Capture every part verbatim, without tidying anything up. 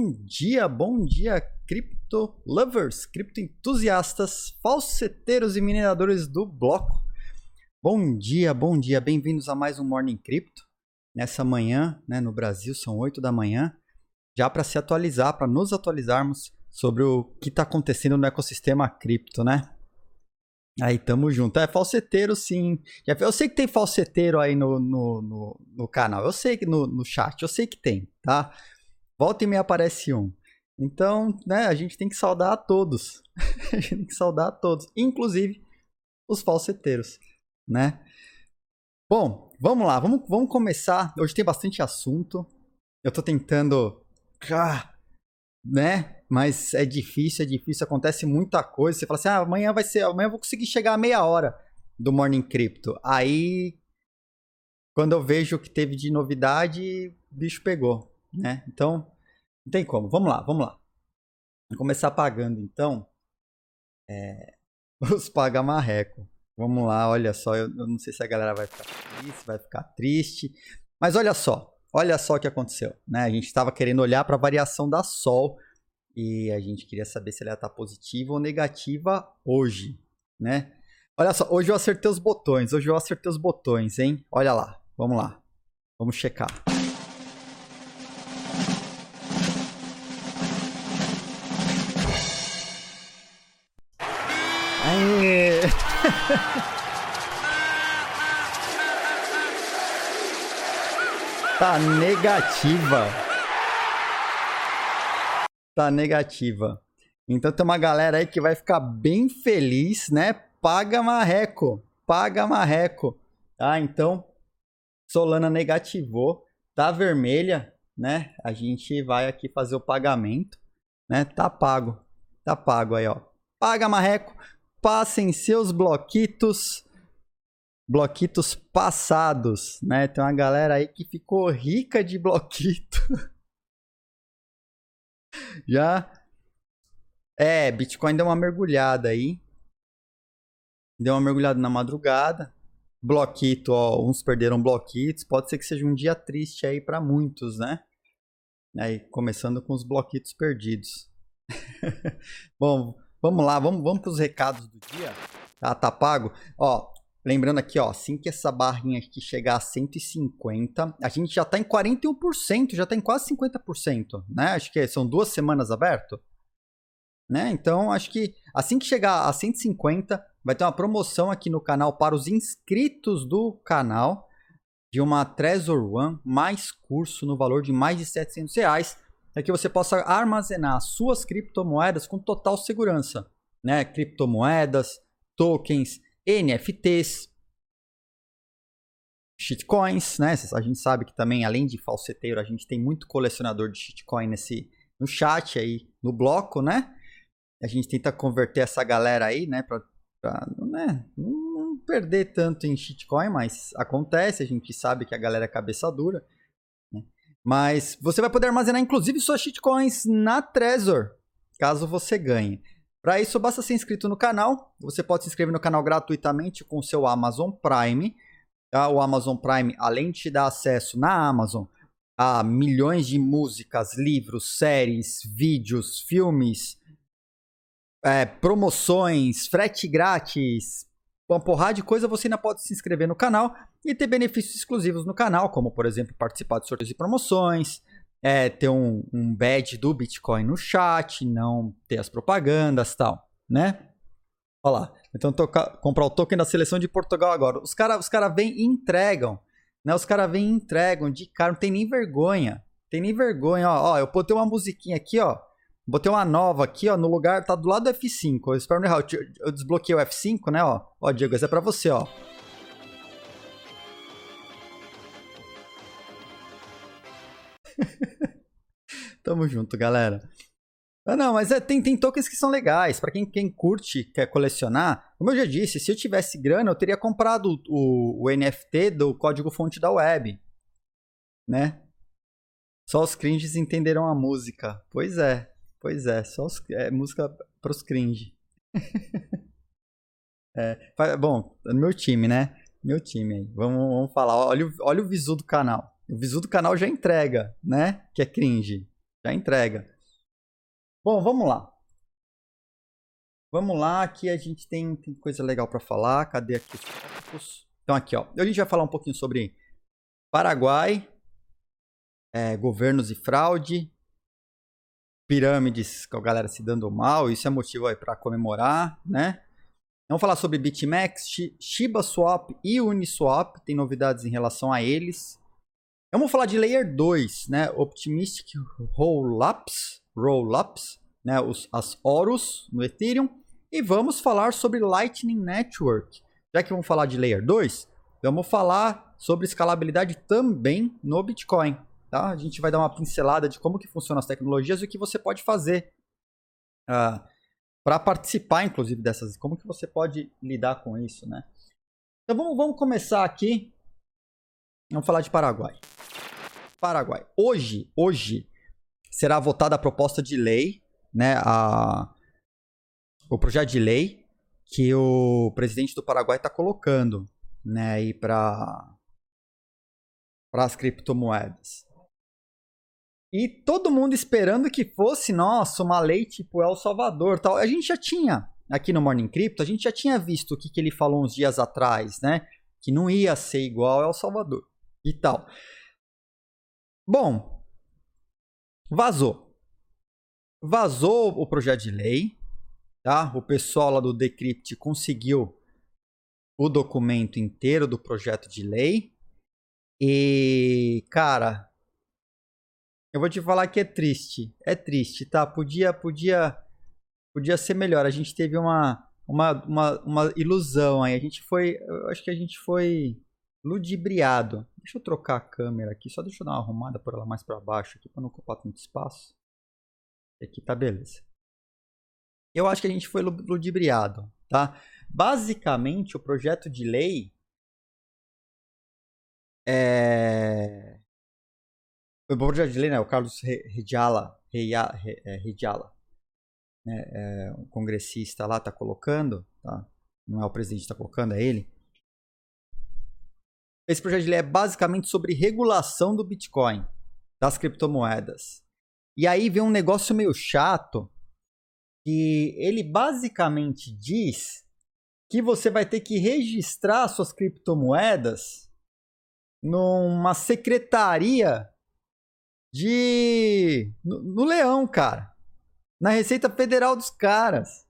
Bom dia, bom dia, cripto lovers, cripto entusiastas, falseteiros e mineradores do bloco. Bom dia, bom dia, bem-vindos a mais um Morning Crypto. Nessa manhã, né, no Brasil, são oito da manhã, já para se atualizar, para nos atualizarmos sobre o que está acontecendo no ecossistema cripto, né? Aí, tamo junto. É, falseteiro, sim. Eu sei que tem falseteiro aí no, no, no, no canal, eu sei que no, no chat, eu sei que tem, tá? Volta e meia aparece um. Então, né, a gente tem que saudar a todos. A gente tem que saudar a todos, inclusive os falseteiros, né? Bom, vamos lá, vamos, vamos começar. Hoje tem bastante assunto. Eu tô tentando, ah, né? Mas é difícil, é difícil, acontece muita coisa. Você fala assim, ah, amanhã vai ser, amanhã eu vou conseguir chegar a meia hora do Morning Crypto. Aí, quando eu vejo o que teve de novidade, o bicho pegou, né? Então, não tem como. Vamos lá, vamos lá. Vamos começar pagando, então, é, os paga-marreco. Vamos lá, olha só, eu, eu não sei se a galera vai ficar feliz, vai ficar triste, mas olha só, olha só o que aconteceu, né? A gente estava querendo olhar para a variação da Sol e a gente queria saber se ela ia estar positiva ou negativa hoje, né? Olha só, hoje eu acertei os botões, hoje eu acertei os botões, hein? Olha lá, vamos lá, vamos checar. Aê! Tá negativa. Tá negativa. Então tem uma galera aí que vai ficar bem feliz, né? Paga marreco. Paga marreco. Tá? Então, Solana negativou. Tá vermelha, né? A gente vai aqui fazer o pagamento, né? Tá pago. Tá pago aí, ó. Paga marreco. Passem seus bloquitos. Bloquitos passados, né? Tem uma galera aí que ficou rica de bloquito. Já. É, Bitcoin deu uma mergulhada aí. Deu uma mergulhada na madrugada. Bloquito, ó, uns perderam bloquitos. Pode ser que seja um dia triste aí para muitos, né? Aí, começando com os bloquitos perdidos. Bom, vamos lá, vamos, vamos para os recados do dia. Ah, tá pago? Ó, lembrando aqui, ó, assim que essa barrinha aqui chegar a cento e cinquenta, a gente já tá em quarenta e um por cento, já tá em quase cinquenta por cento, né? Acho que são duas semanas aberto, né? Então, acho que assim que chegar a cento e cinquenta, vai ter uma promoção aqui no canal para os inscritos do canal de uma Trezor One mais curso no valor de mais de setecentos reais, para que você possa armazenar suas criptomoedas com total segurança, né? Criptomoedas, tokens, N F Ts, shitcoins, né? A gente sabe que também, além de falseteiro, a gente tem muito colecionador de shitcoin nesse, no chat aí, no bloco, né? A gente tenta converter essa galera aí, né? Pra, pra né? não perder tanto em shitcoin, mas acontece, a gente sabe que a galera é cabeça dura, né? Mas você vai poder armazenar, inclusive, suas shitcoins na Trezor, caso você ganhe. Para isso, basta ser inscrito no canal. Você pode se inscrever no canal gratuitamente com o seu Amazon Prime. Tá? O Amazon Prime, além de te dar acesso na Amazon a milhões de músicas, livros, séries, vídeos, filmes, é, promoções, frete grátis, uma porrada de coisa, você ainda pode se inscrever no canal e ter benefícios exclusivos no canal, como, por exemplo, participar de sorteios e promoções, É, ter um, um badge do Bitcoin no chat, não ter as propagandas e tal, né? Olha lá. Então, tocar, comprar o token da seleção de Portugal agora. Os caras os cara vêm e entregam, né? Os caras vêm e entregam de cara, não tem nem vergonha. Tem nem vergonha, ó. Ó, eu botei uma musiquinha aqui, ó. Botei uma nova aqui, ó, no lugar, tá do lado do F cinco. Eu espero não errar. Eu, eu desbloqueei o F cinco, né, ó. Ó, Diego, esse é pra você, ó. Tamo junto, galera. Ah, não, mas é, tem, tem tokens que são legais. Pra quem, quem curte, quer colecionar. Como eu já disse, se eu tivesse grana, eu teria comprado o, o N F T do código-fonte da web. Né? Só os cringes entenderam a música. Pois é, pois é. Só os, é música pros cringe. é, bom, meu time, né? Meu time aí. Vamos, vamos falar. Olha, olha o visu do canal. O visu do canal já entrega, né? Que é cringe. Já entrega. Bom, vamos lá. Vamos lá, aqui a gente tem, tem coisa legal para falar. Cadê aqui os tópicos? Então aqui, ó. A gente vai falar um pouquinho sobre Paraguai, é, governos e fraude, pirâmides com a galera se dando mal. Isso é motivo aí para comemorar, né? Vamos falar sobre BitMEX, Shiba Swap e Uniswap. Tem novidades em relação a eles. Vamos falar de Layer dois, né? Optimistic Rollups, Rollups, né? Os, as Horus no Ethereum. E vamos falar sobre Lightning Network. Já que vamos falar de Layer dois, vamos falar sobre escalabilidade também no Bitcoin. Tá? A gente vai dar uma pincelada de como que funcionam as tecnologias e o que você pode fazer uh, para participar, inclusive, dessas. Como que você pode lidar com isso, né? Então vamos, vamos começar aqui. Vamos falar de Paraguai. Paraguai. Hoje, hoje será votada a proposta de lei, né? A, o projeto de lei que o presidente do Paraguai está colocando, né? Aí para para as criptomoedas. E todo mundo esperando que fosse, nossa, uma lei tipo El Salvador, tal. A gente já tinha aqui no Morning Crypto, a gente já tinha visto o que, que ele falou uns dias atrás, né? Que não ia ser igual El Salvador e tal. Bom, vazou. Vazou o projeto de lei, tá? O pessoal lá do Decrypt conseguiu o documento inteiro do projeto de lei. E, cara, eu vou te falar que é triste. É triste, tá? Podia, podia, podia ser melhor. A gente teve uma, uma, uma, uma ilusão aí. A gente foi, eu acho que a gente foi ludibriado. Deixa eu trocar a câmera aqui, só deixa eu dar uma arrumada por ela mais para baixo aqui para não ocupar tanto espaço. Aqui tá beleza. Eu acho que a gente foi ludibriado, tá? Basicamente, o projeto de lei é... O projeto de lei, né? O Carlos Rediala, Rediala, né? É, um congressista lá tá colocando, tá? Não é o presidente que tá colocando, é ele. Esse projeto de lei é basicamente sobre regulação do Bitcoin, das criptomoedas. E aí vem um negócio meio chato, que ele basicamente diz que você vai ter que registrar suas criptomoedas numa secretaria de... no, no Leão, cara. Na Receita Federal dos caras.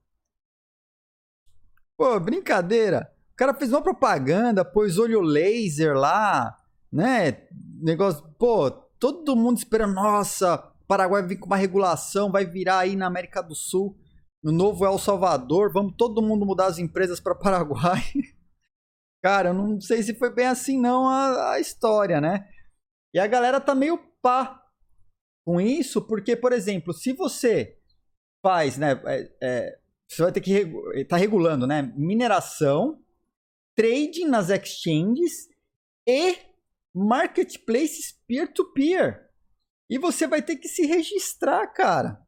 Pô, brincadeira. O cara fez uma propaganda, pôs olho laser lá, né? Negócio, pô, todo mundo esperando, nossa, Paraguai vai vir com uma regulação, vai virar aí na América do Sul, no novo El Salvador, vamos todo mundo mudar as empresas para Paraguai. Cara, eu não sei se foi bem assim não a, a história, né? E a galera tá meio pá com isso, porque, por exemplo, se você faz, né, é, é, você vai ter que regu- tá regulando, né, mineração, trading nas exchanges e marketplaces peer-to-peer. E você vai ter que se registrar, cara.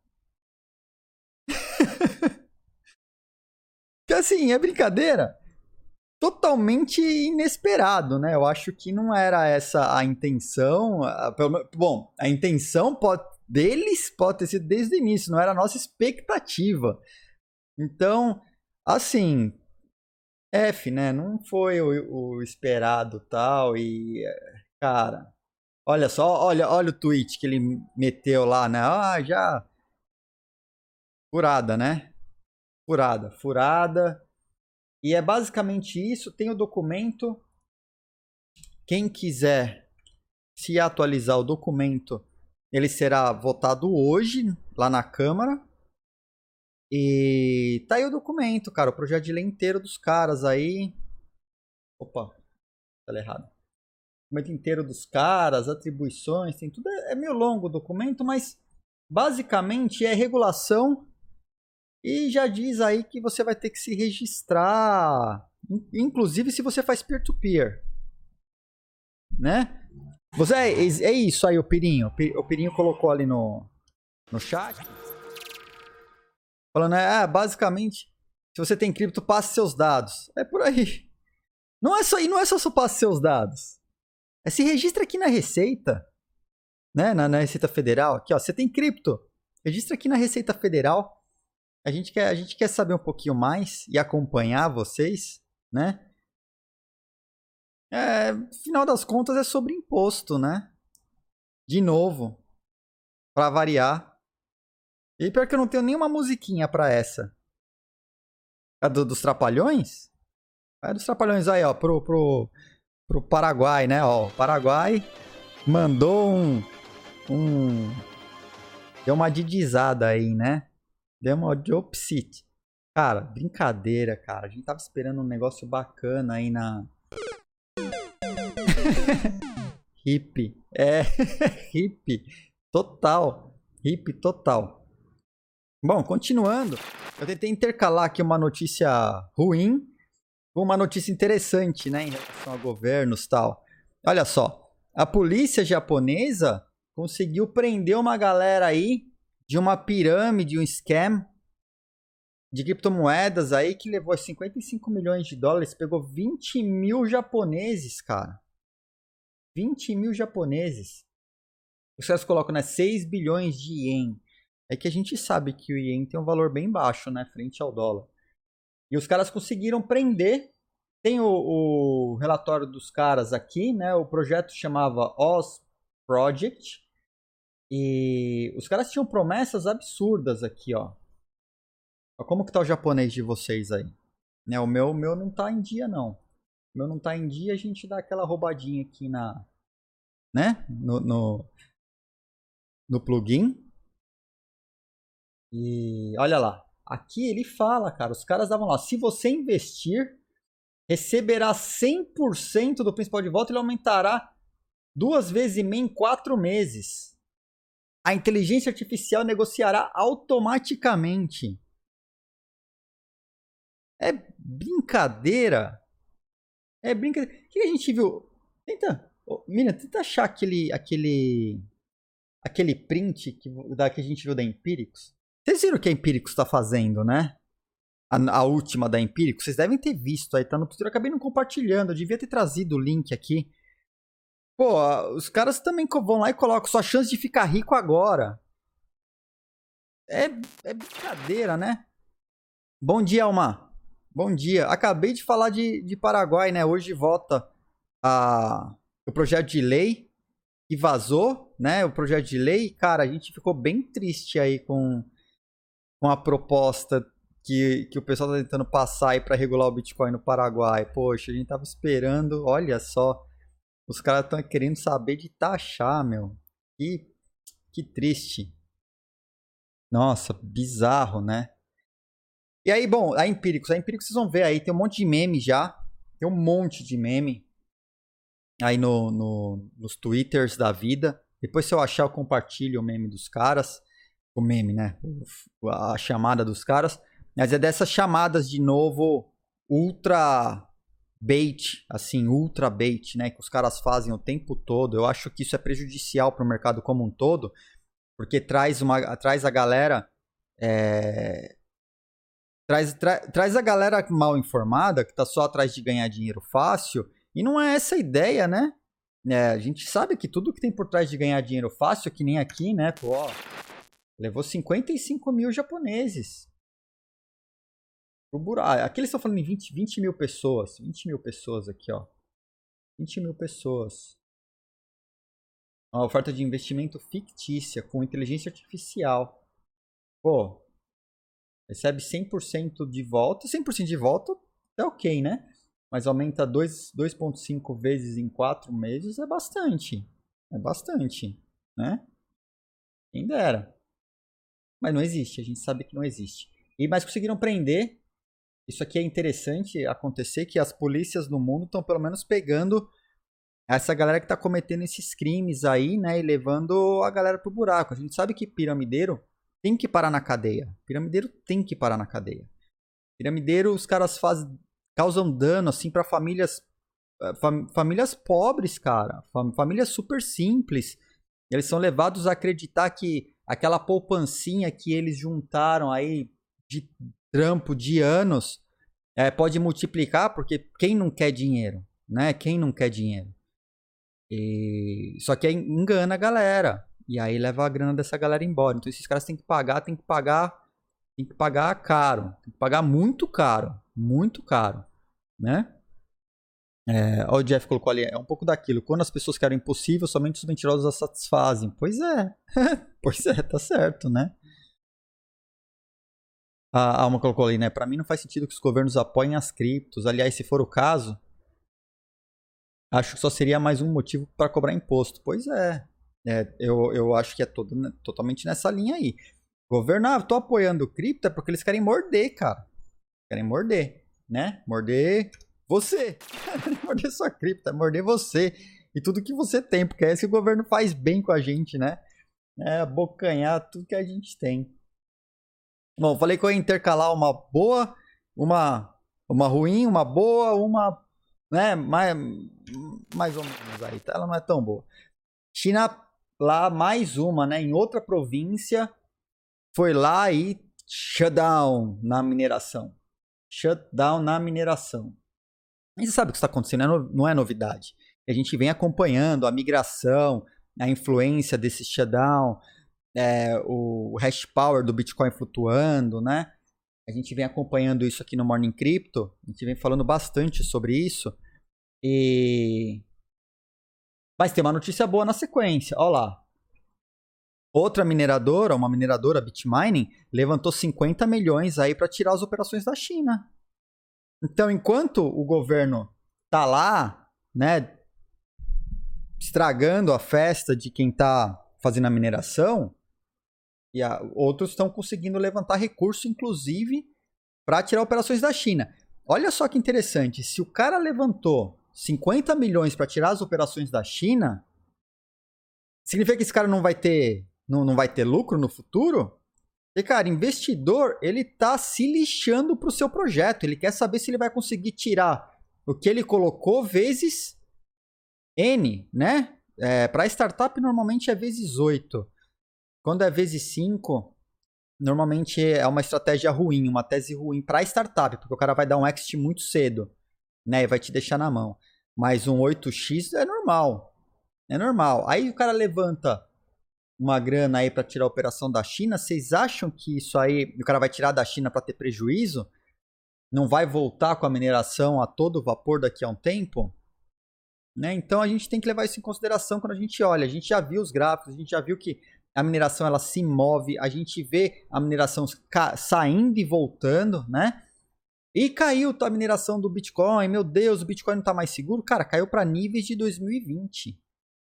Que assim, é brincadeira. Totalmente inesperado, né? Eu acho que não era essa a intenção. A, bom, a intenção pode, deles pode ter sido desde o início, não era a nossa expectativa. Então, assim, F, né? Não foi o, o esperado tal. E, cara, olha só, olha, olha o tweet que ele meteu lá, né? Ah, já. Furada, né? Furada, furada. E é basicamente isso. Tem o documento. Quem quiser se atualizar o documento, ele será votado hoje lá na Câmara. E tá aí o documento, cara. O projeto de lei inteiro dos caras aí. Opa, tá errado. O documento inteiro dos caras, atribuições, tem tudo. É meio longo o documento, mas basicamente é regulação. E já diz aí que você vai ter que se registrar, inclusive se você faz peer-to-peer, né? Você, é, é isso aí, o Pirinho. O Pirinho colocou ali no, no chat. Falando, é, basicamente, se você tem cripto, passe seus dados. É por aí. Não é só, e não é só só passe seus dados. É se registra aqui na Receita, né? Na, na Receita Federal. Aqui, ó, você tem cripto. registra aqui na Receita Federal. A gente quer, a gente quer saber um pouquinho mais e acompanhar vocês, né? É, final das contas é sobre imposto, né? De novo, para variar. E pior que eu não tenho nenhuma musiquinha para essa. A do, dos Trapalhões? É dos Trapalhões aí, ó, pro, pro, pro Paraguai, né? Ó, o Paraguai mandou um, um... Deu uma didizada aí, né? Deu uma opsit. Cara, brincadeira, cara. A gente tava esperando um negócio bacana aí na... Hip. É, hip. Total. Hip total. Bom, continuando. Eu tentei intercalar aqui uma notícia ruim com uma notícia interessante, né? Em relação a governos e tal. Olha só. A polícia japonesa conseguiu prender uma galera aí de uma pirâmide, um scam de criptomoedas aí que levou cinquenta e cinco milhões de dólares. Pegou vinte mil japoneses, cara. vinte mil japoneses. Os caras colocam, né? seis bilhões de ien. É que a gente sabe que o ien tem um valor bem baixo, né? Frente ao dólar. E os caras conseguiram prender. Tem o, o relatório dos caras aqui, né? O projeto chamava Oz Project. E os caras tinham promessas absurdas aqui, ó. Como que tá o japonês de vocês aí? Né, o meu, o meu não tá em dia, não. O meu não tá em dia, a gente dá aquela roubadinha aqui na... Né? No, no, no plugin. E olha lá. Aqui ele fala, cara, os caras davam lá. Se você investir, receberá cem por cento do principal de volta e ele aumentará duas vezes e meia em quatro meses. A inteligência artificial negociará automaticamente. É brincadeira. É brincadeira. O que a gente viu? Tenta, oh, Miriam, tenta achar aquele, aquele, aquele print que, da, que a gente viu da Empíricos. Vocês viram o que a Empíricos está fazendo, né? A, a última da Empíricos. Vocês devem ter visto aí, tá no Twitter. Eu acabei não compartilhando. Eu devia ter trazido o link aqui. Pô, os caras também vão lá e colocam sua chance de ficar rico agora. É, é brincadeira, né? Bom dia, Almar. Bom dia. Acabei de falar de, de Paraguai, né? Hoje vota a, o projeto de lei que vazou, né? O projeto de lei. Cara, a gente ficou bem triste aí com, com a proposta que, que o pessoal tá tentando passar aí para regular o Bitcoin no Paraguai. Poxa, a gente tava esperando, olha só. Os caras estão querendo saber de taxar, meu. Que, que triste. Nossa, bizarro, né? E aí, bom, a Empíricos. A Empíricos vocês vão ver aí, tem um monte de meme já. Tem um monte de meme aí no, no, nos Twitters da vida. Depois, se eu achar, eu compartilho o meme dos caras. O meme, né? A chamada dos caras. Mas é dessas chamadas de novo ultra bait, assim, ultra bait, né? Que os caras fazem o tempo todo. Eu acho que isso é prejudicial para o mercado como um todo. Porque traz, uma, traz a galera... É... Traz, tra, traz a galera mal informada, que tá só atrás de ganhar dinheiro fácil, e não é essa a ideia, né? É, a gente sabe que tudo que tem por trás de ganhar dinheiro fácil, que nem aqui, né? Pô, ó, levou cinquenta e cinco mil japoneses. Pro buraco. Aqui eles estão falando em vinte, vinte mil pessoas. vinte mil pessoas aqui, ó. vinte mil pessoas. Uma oferta de investimento fictícia, com inteligência artificial. Pô, recebe cem por cento de volta. cem por cento de volta é ok, né? Mas aumenta dois vírgula cinco vezes em quatro meses é bastante. É bastante, né? Quem dera. Mas não existe, a gente sabe que não existe. E mas conseguiram prender. Isso aqui é interessante acontecer, que as polícias no mundo estão pelo menos pegando essa galera que está cometendo esses crimes aí, né? E levando a galera pro buraco. A gente sabe que piramideiro tem que parar na cadeia. Piramideiro tem que parar na cadeia. Piramideiro, os caras faz, causam dano, assim, pra famílias... Fam, famílias pobres, cara. Fam, famílias super simples. Eles são levados a acreditar que aquela poupancinha que eles juntaram aí de trampo de anos é, pode multiplicar, porque quem não quer dinheiro, né? Quem não quer dinheiro? E... Só que engana a galera. E aí leva a grana dessa galera embora. Então esses caras têm que pagar, tem que pagar, tem que pagar caro. Tem que pagar muito caro. Muito caro. Né? É, ó, o Jeff colocou ali, é um pouco daquilo. Quando as pessoas querem o impossível, somente os mentirosos as satisfazem. Pois é. Pois é, tá certo, né? A Alma colocou ali, né? Pra mim não faz sentido que os governos apoiem as criptos. Aliás, se for o caso, acho que só seria mais um motivo para cobrar imposto. Pois é. É, eu, eu acho que é todo, né, totalmente nessa linha aí. Governo, ah, tô apoiando o cripto é porque eles querem morder, cara. Querem morder, né? Morder você. Morder sua cripto, é morder você. E tudo que você tem, porque é isso que o governo faz bem com a gente, né? É abocanhar tudo que a gente tem. Bom, falei que eu ia intercalar uma boa, uma, uma ruim, uma boa, uma, né, mais, mais ou menos aí, tá? Ela não é tão boa. China, lá, mais uma, né, em outra província, foi lá e shutdown na mineração. Shutdown na mineração. E você sabe o que está acontecendo, não é novidade. A gente vem acompanhando a migração, a influência desse shutdown, é, o hash power do Bitcoin flutuando, né? A gente vem acompanhando isso aqui no Morning Crypto, a gente vem falando bastante sobre isso. E... Mas tem uma notícia boa na sequência, olha lá. Outra mineradora, uma mineradora Bitmining, levantou cinquenta milhões aí para tirar as operações da China. Então, enquanto o governo tá lá, né, estragando a festa de quem tá fazendo a mineração, e a, outros estão conseguindo levantar recurso, inclusive, para tirar operações da China. Olha só que interessante, se o cara levantou cinquenta milhões para tirar as operações da China, significa que esse cara não vai ter, não, não vai ter lucro no futuro? E, cara, investidor, ele tá se lixando pro seu projeto. Ele quer saber se ele vai conseguir tirar o que ele colocou vezes N, né? É, para startup, normalmente é vezes oito. Quando é vezes cinco, normalmente é uma estratégia ruim, uma tese ruim para startup, porque o cara vai dar um exit muito cedo, né? E vai te deixar na mão. Mas um oito x é normal. É normal. Aí o cara levanta uma grana aí para tirar a operação da China. Vocês acham que isso aí, o cara vai tirar da China para ter prejuízo? Não vai voltar com a mineração a todo vapor daqui a um tempo? Né? Então a gente tem que levar isso em consideração quando a gente olha. A gente já viu os gráficos, a gente já viu que a mineração ela se move, a gente vê a mineração saindo e voltando, né? E caiu a mineração do Bitcoin, meu Deus, o Bitcoin não está mais seguro? Cara, caiu para níveis de dois mil e vinte.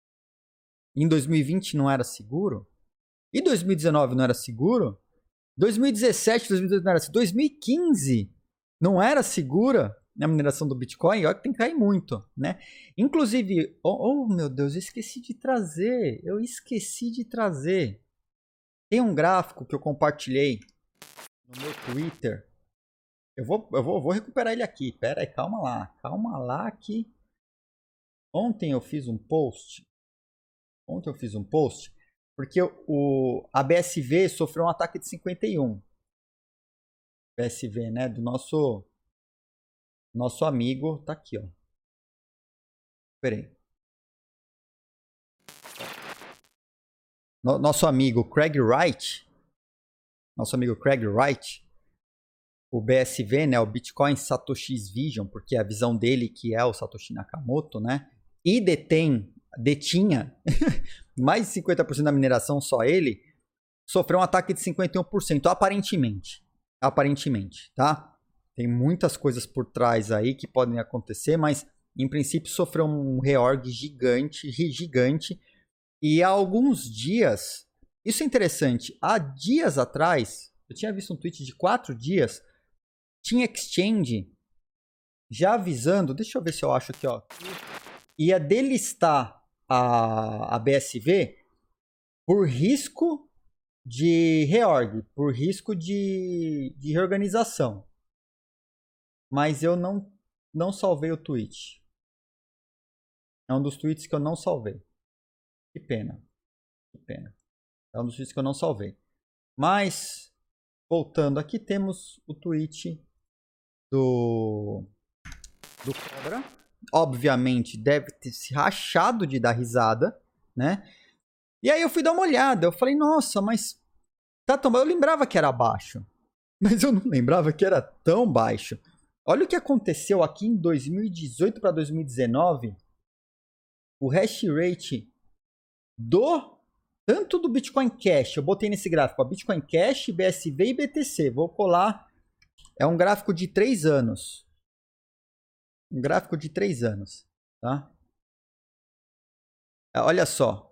Em dois mil e vinte não era seguro? E dois mil e dezenove não era seguro? dois mil e dezessete, dois mil e dezoito não era seguro? dois mil e quinze não era segura a mineração do Bitcoin? Olha que tem que cair muito, né? Inclusive, oh, oh meu Deus, eu esqueci de trazer. Eu esqueci de trazer. Tem um gráfico que eu compartilhei no meu Twitter. Eu vou, eu vou, vou recuperar ele aqui. Pera aí, calma lá. Calma lá que... Ontem eu fiz um post... Ontem eu fiz um post porque o, a B S V sofreu um ataque de cinquenta e um. B S V, né? Do nosso nosso amigo. Tá aqui, ó. Peraí. No, nosso amigo Craig Wright. Nosso amigo Craig Wright. O B S V, né? O Bitcoin Satoshi's Vision, porque é a visão dele que é o Satoshi Nakamoto, né? E detém, detinha mais de cinquenta por cento da mineração, só ele, sofreu um ataque de cinquenta e um por cento, aparentemente. Aparentemente, tá? Tem muitas coisas por trás aí que podem acontecer, mas em princípio sofreu um reorg gigante, gigante. E há alguns dias, isso é interessante, há dias atrás, eu tinha visto um tweet de quatro dias, tinha exchange já avisando, deixa eu ver se eu acho aqui, ó, ia delistar a, a B S V por risco de reorg, por risco de, de reorganização. Mas eu não, não salvei o tweet. É um dos tweets que eu não salvei. Que pena. Que pena. É um dos tweets que eu não salvei. Mas, voltando aqui, temos o tweet do, do Cobra. Obviamente, deve ter se rachado de dar risada, né? E aí eu fui dar uma olhada, eu falei, nossa, mas tá tão baixo. Eu lembrava que era baixo, mas eu não lembrava que era tão baixo. Olha o que aconteceu aqui em dois mil e dezoito para dois mil e dezenove. O hash rate do tanto do Bitcoin Cash, eu botei nesse gráfico, a Bitcoin Cash, B S V e B T C. Vou colar. É um gráfico de três anos. Um gráfico de três anos, tá? Olha só.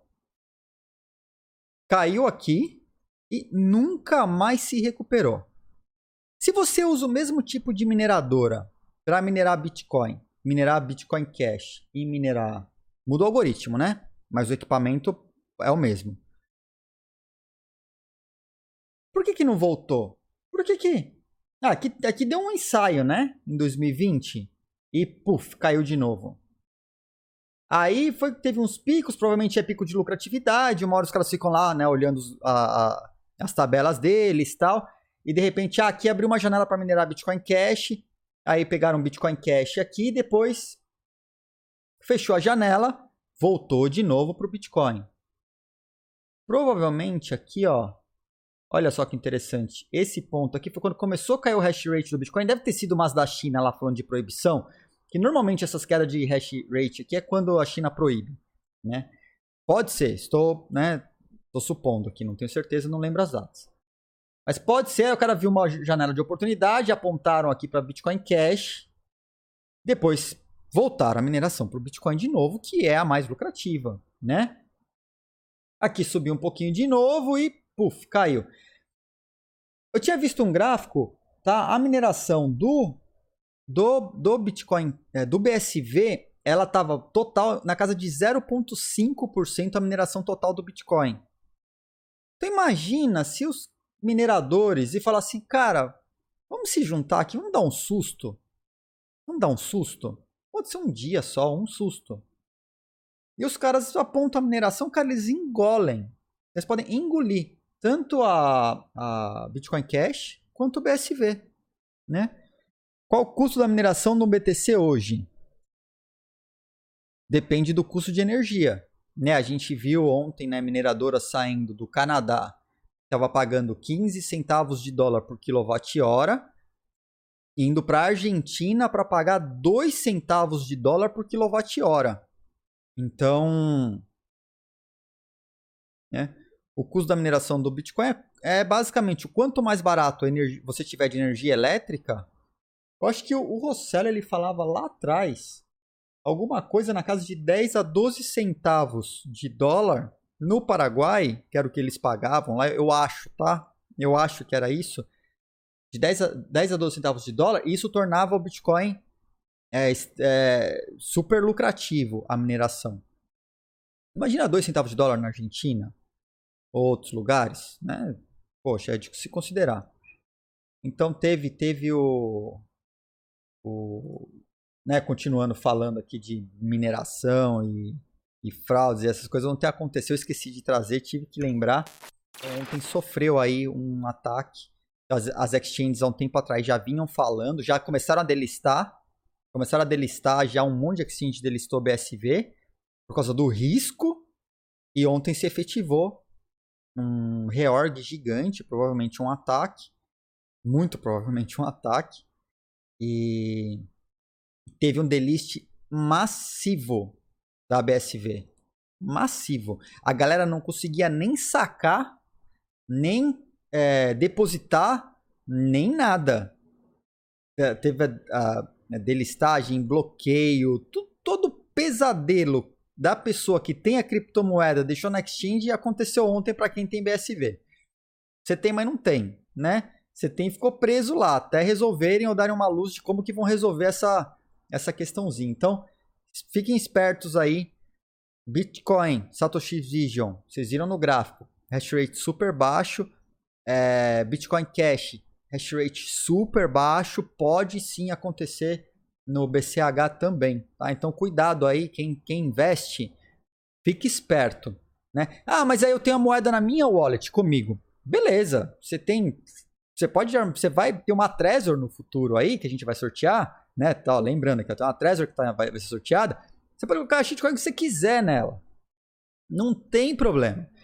Caiu aqui e nunca mais se recuperou. Se você usa o mesmo tipo de mineradora para minerar Bitcoin, minerar Bitcoin Cash e minerar... Muda o algoritmo, né? Mas o equipamento é o mesmo. Por que que não voltou? Por que que... Ah, aqui, aqui deu um ensaio, né? Em dois mil e vinte. E, puf, caiu de novo. Aí foi, teve uns picos, provavelmente é pico de lucratividade. Uma hora os caras ficam lá, né? Olhando a, a, as tabelas deles e tal. E de repente, ah, aqui abriu uma janela para minerar Bitcoin Cash. Aí pegaram Bitcoin Cash aqui e depois fechou a janela, voltou de novo para o Bitcoin. Provavelmente aqui, ó, olha só que interessante. Esse ponto aqui foi quando começou a cair o hash rate do Bitcoin. Deve ter sido umas da China lá falando de proibição. Que normalmente essas quedas de hash rate aqui é quando a China proíbe, né? Pode ser, estou, né, estou supondo aqui, não tenho certeza, não lembro as datas. Mas pode ser, o cara viu uma janela de oportunidade, apontaram aqui para Bitcoin Cash, depois voltaram a mineração para o Bitcoin de novo, que é a mais lucrativa, né? Aqui subiu um pouquinho de novo e, puf, caiu. Eu tinha visto um gráfico, tá? A mineração do, do, do Bitcoin, é, do B S V, ela estava total na casa de zero vírgula cinco por cento a mineração total do Bitcoin. Então imagina se os mineradores e falar assim, cara, vamos se juntar aqui, vamos dar um susto. Vamos dar um susto? Pode ser um dia só, um susto. E os caras apontam a mineração, cara, eles engolem. Eles podem engolir tanto a, a Bitcoin Cash quanto o B S V, né? Qual o custo da mineração no B T C hoje? Depende do custo de energia, né? A gente viu ontem, né, mineradora saindo do Canadá, estava pagando quinze centavos de dólar por quilowatt-hora, indo para a Argentina para pagar dois centavos de dólar por quilowatt-hora. Então, né, o custo da mineração do Bitcoin é, é basicamente o quanto mais barato a energia, você tiver de energia elétrica. Eu acho que o, o Rossello ele falava lá atrás alguma coisa na casa de dez a doze centavos de dólar no Paraguai, que era o que eles pagavam lá, eu acho, tá? Eu acho que era isso. De dez a doze centavos de dólar, e isso tornava o Bitcoin é, é, super lucrativo, a mineração. Imagina dois centavos de dólar na Argentina, ou outros lugares, né? Poxa, é de se considerar. Então teve, teve o, o né, continuando falando aqui de mineração e, e fraudes e essas coisas, ontem aconteceu, eu esqueci de trazer, tive que lembrar. Ontem sofreu aí um ataque. As, as exchanges há um tempo atrás já vinham falando, já começaram a delistar, começaram a delistar, já um monte de exchange delistou B S V por causa do risco, e ontem se efetivou um reorg gigante, provavelmente um ataque, muito provavelmente um ataque, e teve um delist massivo da B S V, massivo. A galera não conseguia nem sacar, nem é, depositar, nem nada. É, teve a, a, a delistagem, bloqueio, tu, todo pesadelo da pessoa que tem a criptomoeda, deixou na exchange, e aconteceu ontem para quem tem B S V. Você tem, mas não tem, né? Você tem e ficou preso lá, até resolverem ou darem uma luz de como que vão resolver essa, essa questãozinha. Então, fiquem espertos aí. Bitcoin, Satoshi Vision, vocês viram no gráfico, hash rate super baixo. É, Bitcoin Cash, hash rate super baixo, pode sim acontecer no B C H também, tá? Então cuidado aí, quem, quem investe, fique esperto, né? Ah, mas aí eu tenho a moeda na minha wallet comigo. Beleza, você tem, você pode, você vai ter uma Trezor no futuro aí, que a gente vai sortear, né? Tá, lembrando que tem uma Trezor que tá, vai ser sorteada, você pode colocar a shitcoin que você quiser nela, não tem problema.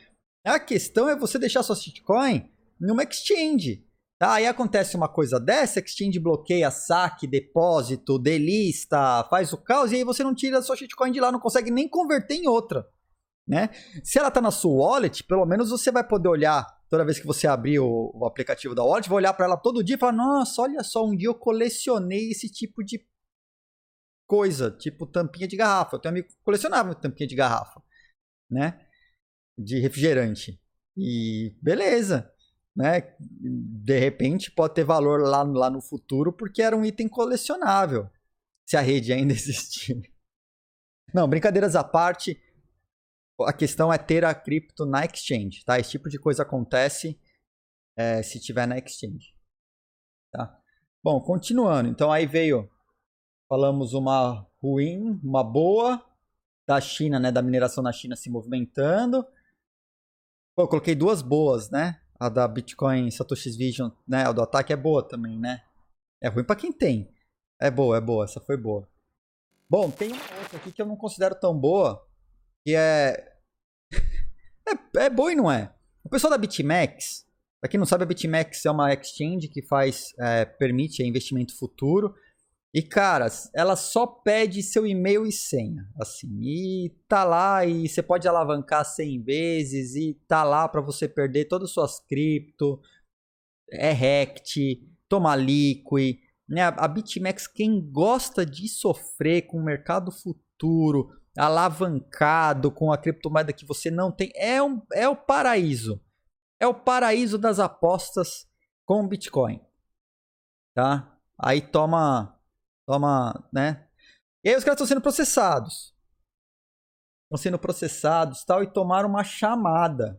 A questão é você deixar sua shitcoin numa exchange. Tá? Aí acontece uma coisa dessa, a exchange bloqueia saque, depósito, delista, faz o caos, e aí você não tira a sua shitcoin de lá, não consegue nem converter em outra. Né? Se ela está na sua wallet, pelo menos você vai poder olhar, toda vez que você abrir o, o aplicativo da wallet, vai olhar para ela todo dia e falar, nossa, olha só, um dia eu colecionei esse tipo de coisa, tipo tampinha de garrafa. Eu tenho um amigo que colecionava tampinha de garrafa, né? De refrigerante. E beleza, né? De repente pode ter valor lá, lá no futuro porque era um item colecionável, se a rede ainda existir. Não, brincadeiras à parte, a questão é ter a cripto na exchange, tá? Esse tipo de coisa acontece é, se tiver na exchange, tá? Bom, continuando. Então aí veio, falamos uma ruim, uma boa da China, né? Da mineração na China se movimentando. Pô, eu coloquei duas boas, né? A da Bitcoin Satoshi's Vision, né? A do ataque é boa também, né? É ruim pra quem tem. É boa, é boa. Essa foi boa. Bom, tem uma outra aqui que eu não considero tão boa, que é... é, é boa e não é. O pessoal da BitMEX, pra quem não sabe, a BitMEX é uma exchange que faz, é, permite investimento futuro. E, cara, ela só pede seu e-mail e senha, assim, e tá lá, e você pode alavancar cem vezes, e tá lá para você perder todas as suas cripto, é rect, toma liquid, né? A BitMEX, quem gosta de sofrer com o mercado futuro, alavancado com a criptomoeda que você não tem, é, um, é o paraíso, é o paraíso das apostas com Bitcoin, tá? Aí toma... Toma, né? E aí os caras estão sendo processados. Estão sendo processados tal, e tomaram uma chamada.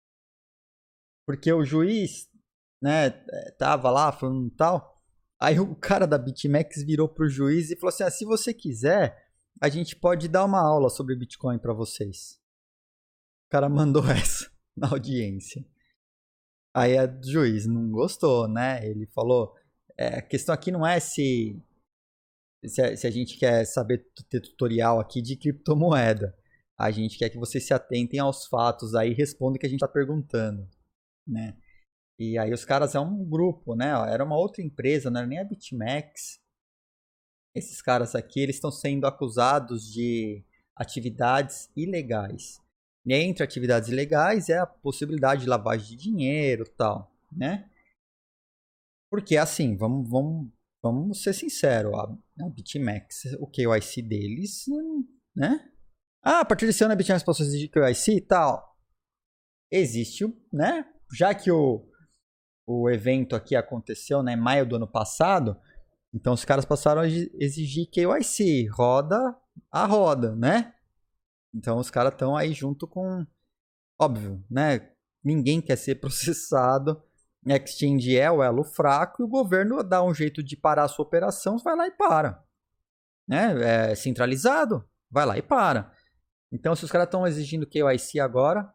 Porque o juiz, né, tava lá falando tal. Aí o cara da BitMEX virou pro juiz e falou assim, ah, se você quiser, a gente pode dar uma aula sobre Bitcoin para vocês. O cara mandou essa na audiência. Aí o juiz não gostou, né? Ele falou, é, a questão aqui não é se... Se a, se a gente quer saber ter tutorial aqui de criptomoeda. A gente quer que vocês se atentem aos fatos aí e respondam o que a gente está perguntando, né? E aí os caras é um grupo, né? Era uma outra empresa, não era nem a BitMEX. Esses caras aqui, eles estão sendo acusados de atividades ilegais. E entre atividades ilegais é a possibilidade de lavagem de dinheiro e tal, né? Porque assim, vamos... vamos Vamos ser sinceros, a, a BitMEX, o K Y C deles, né? Ah, a partir desse ano a BitMEX passou a exigir K Y C e tal. Existe, né? Já que o, o evento aqui aconteceu, né, em maio do ano passado, então os caras passaram a exigir K Y C, roda a roda, né? Então os caras estão aí junto com... Óbvio, né? Ninguém quer ser processado. Exchange é o elo fraco e o governo dá um jeito de parar a sua operação, vai lá e para. Né? É centralizado, vai lá e para. Então, se os caras estão exigindo K Y C agora,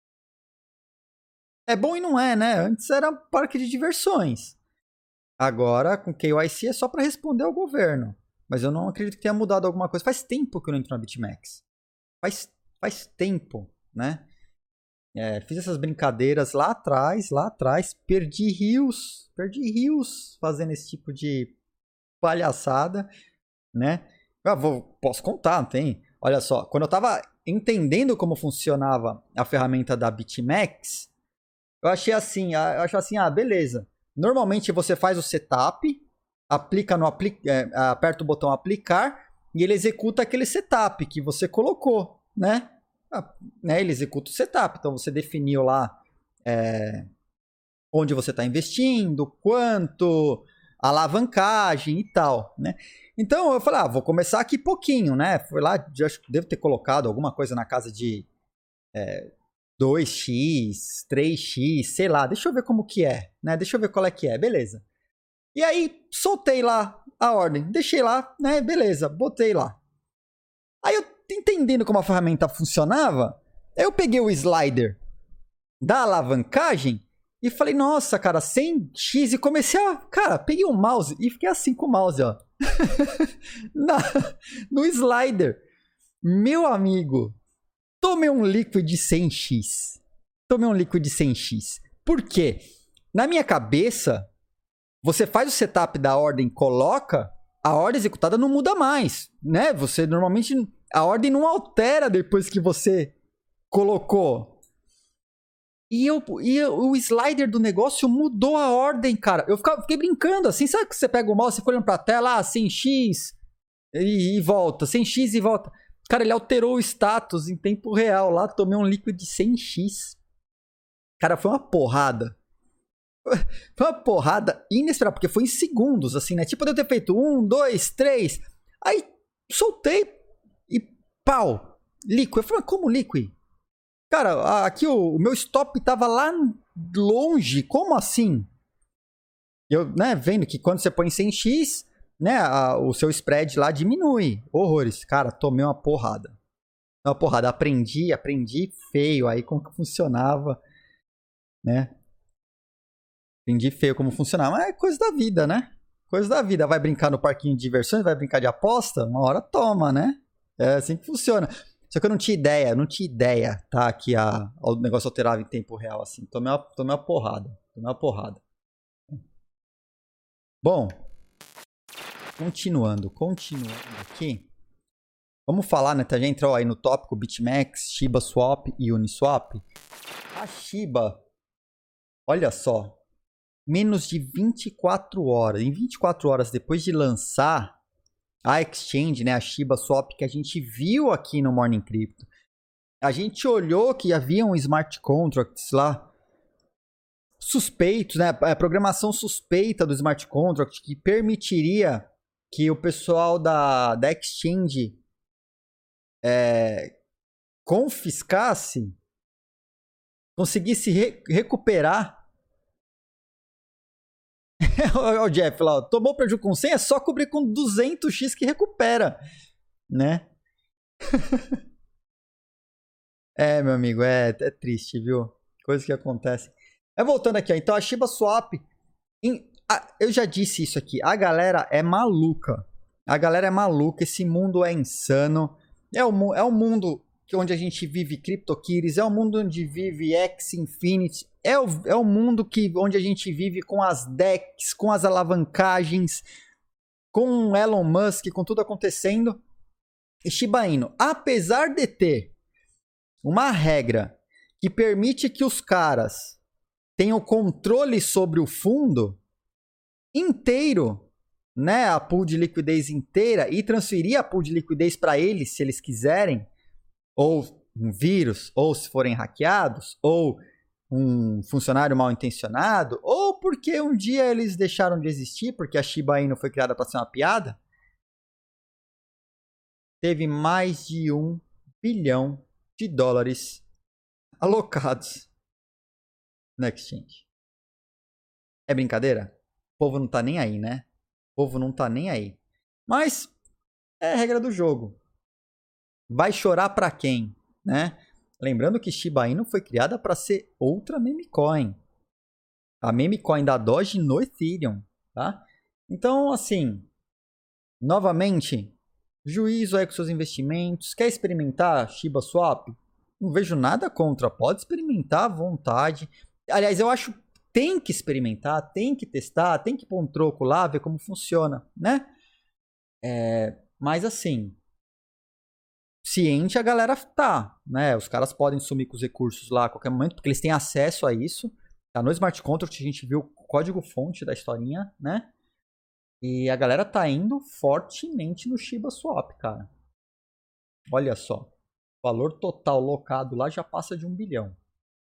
é bom e não é, né? Antes era um parque de diversões. Agora, com K Y C é só para responder ao governo. Mas eu não acredito que tenha mudado alguma coisa. Faz tempo que eu não entro na BitMEX. Faz, faz tempo, né? É, fiz essas brincadeiras lá atrás, lá atrás, perdi rios, perdi rios fazendo esse tipo de palhaçada, né? Eu vou, posso contar, não tem? Olha só, quando eu tava entendendo como funcionava a ferramenta da BitMEX, eu achei assim, eu achei assim, ah, beleza. Normalmente você faz o setup, aplica no apli é, aperta o botão aplicar e ele executa aquele setup que você colocou, né? Ah, né, ele executa o setup, então você definiu lá é, onde você está investindo, quanto, alavancagem e tal, né? Então eu falei, ah, vou começar aqui pouquinho, né? Foi lá, acho que devo ter colocado alguma coisa na casa de é, dois x, três x, sei lá, deixa eu ver como que é, né? Deixa eu ver qual é que é, beleza. E aí soltei lá a ordem, deixei lá, né? Beleza, botei lá. Aí eu entendendo como a ferramenta funcionava, eu peguei o slider da alavancagem e falei, nossa, cara, cem x, e comecei a... Cara, peguei um mouse e fiquei assim com o mouse, ó. Na, no slider. Meu amigo, tomei um liquid de cem x. Tomei um Liquid cem x. Por quê? Na minha cabeça, você faz o setup da ordem, coloca, a ordem executada não muda mais, né? Você normalmente, a ordem não altera depois que você colocou. E, eu, e o slider do negócio mudou a ordem, cara. Eu ficava, fiquei brincando assim, sabe que você pega o mouse, você fica olhando pra tela, ah, cem x e, e volta, cem x e volta. Cara, ele alterou o status em tempo real lá, tomei um Liquid de cem x. Cara, foi uma porrada. Foi uma porrada inesperada, porque foi em segundos, assim, né? Tipo, eu ter feito um, dois, três. Aí, soltei e pau. Liquid. Eu falei, como Liquid? Cara, aqui o, o meu stop tava lá longe. Como assim? Eu, né, vendo que quando você põe cem x, né, a, o seu spread lá diminui. Horrores. Cara, tomei uma porrada. Uma porrada. Aprendi, aprendi feio aí como que funcionava, né? Aprendi feio como funcionava. Mas é coisa da vida, né? Coisa da vida. Vai brincar no parquinho de diversões, vai brincar de aposta? Uma hora toma, né? É assim que funciona. Só que eu não tinha ideia, não tinha ideia, tá? Que a, o negócio alterava em tempo real, assim. Tomei uma, tomei uma porrada. Tomei uma porrada. Bom, continuando, continuando aqui. Vamos falar, né? A gente entrou aí no tópico BitMEX, Shiba Swap e Uniswap. A Shiba, olha só, menos de vinte e quatro horas. Em vinte e quatro horas depois de lançar a exchange, né, a Shiba Swap, que a gente viu aqui no Morning Crypto, a gente olhou que havia um smart contracts lá suspeitos, né, a programação suspeita do smart contract que permitiria que o pessoal da, da exchange é, confiscasse, conseguisse re, recuperar. O Jeff lá, tomou prejuízo com cem, é só cobrir com duzentos x que recupera, né? É, meu amigo, é, é triste, viu? Coisa que acontece. É, voltando aqui, ó, então a Shiba Swap, em, a, eu já disse isso aqui, a galera é maluca. A galera é maluca, esse mundo é insano. É o, é o mundo onde a gente vive CryptoKitties, é o mundo onde vive X Infinity, é o, é o mundo que, onde a gente vive com as decks, com as alavancagens, com Elon Musk, com tudo acontecendo. E Shiba Inu, apesar de ter uma regra que permite que os caras tenham controle sobre o fundo inteiro, né, a pool de liquidez inteira, e transferir a pool de liquidez para eles, se eles quiserem, ou um vírus, ou se forem hackeados, ou um funcionário mal intencionado, ou porque um dia eles deixaram de existir, porque a Shiba Inu foi criada para ser uma piada, teve mais de um bilhão de dólares alocados na exchange. É brincadeira? O povo não tá nem aí, né? O povo não tá nem aí. Mas é a regra do jogo. Vai chorar para quem, né? Lembrando que Shiba Inu foi criada para ser outra meme coin. A meme coin da Doge no Ethereum, tá? Então, assim, novamente, juízo aí com seus investimentos. Quer experimentar Shiba Swap? Não vejo nada contra. Pode experimentar à vontade. Aliás, eu acho que tem que experimentar, tem que testar, tem que pôr um troco lá, ver como funciona, né? É, mas assim, ciente a galera tá, né? Os caras podem sumir com os recursos lá a qualquer momento, porque eles têm acesso a isso. Tá no Smart Contract, a gente viu o código-fonte da historinha, né? E a galera tá indo fortemente no Shiba Swap, cara. Olha só. O valor total locado lá já passa de um bilhão.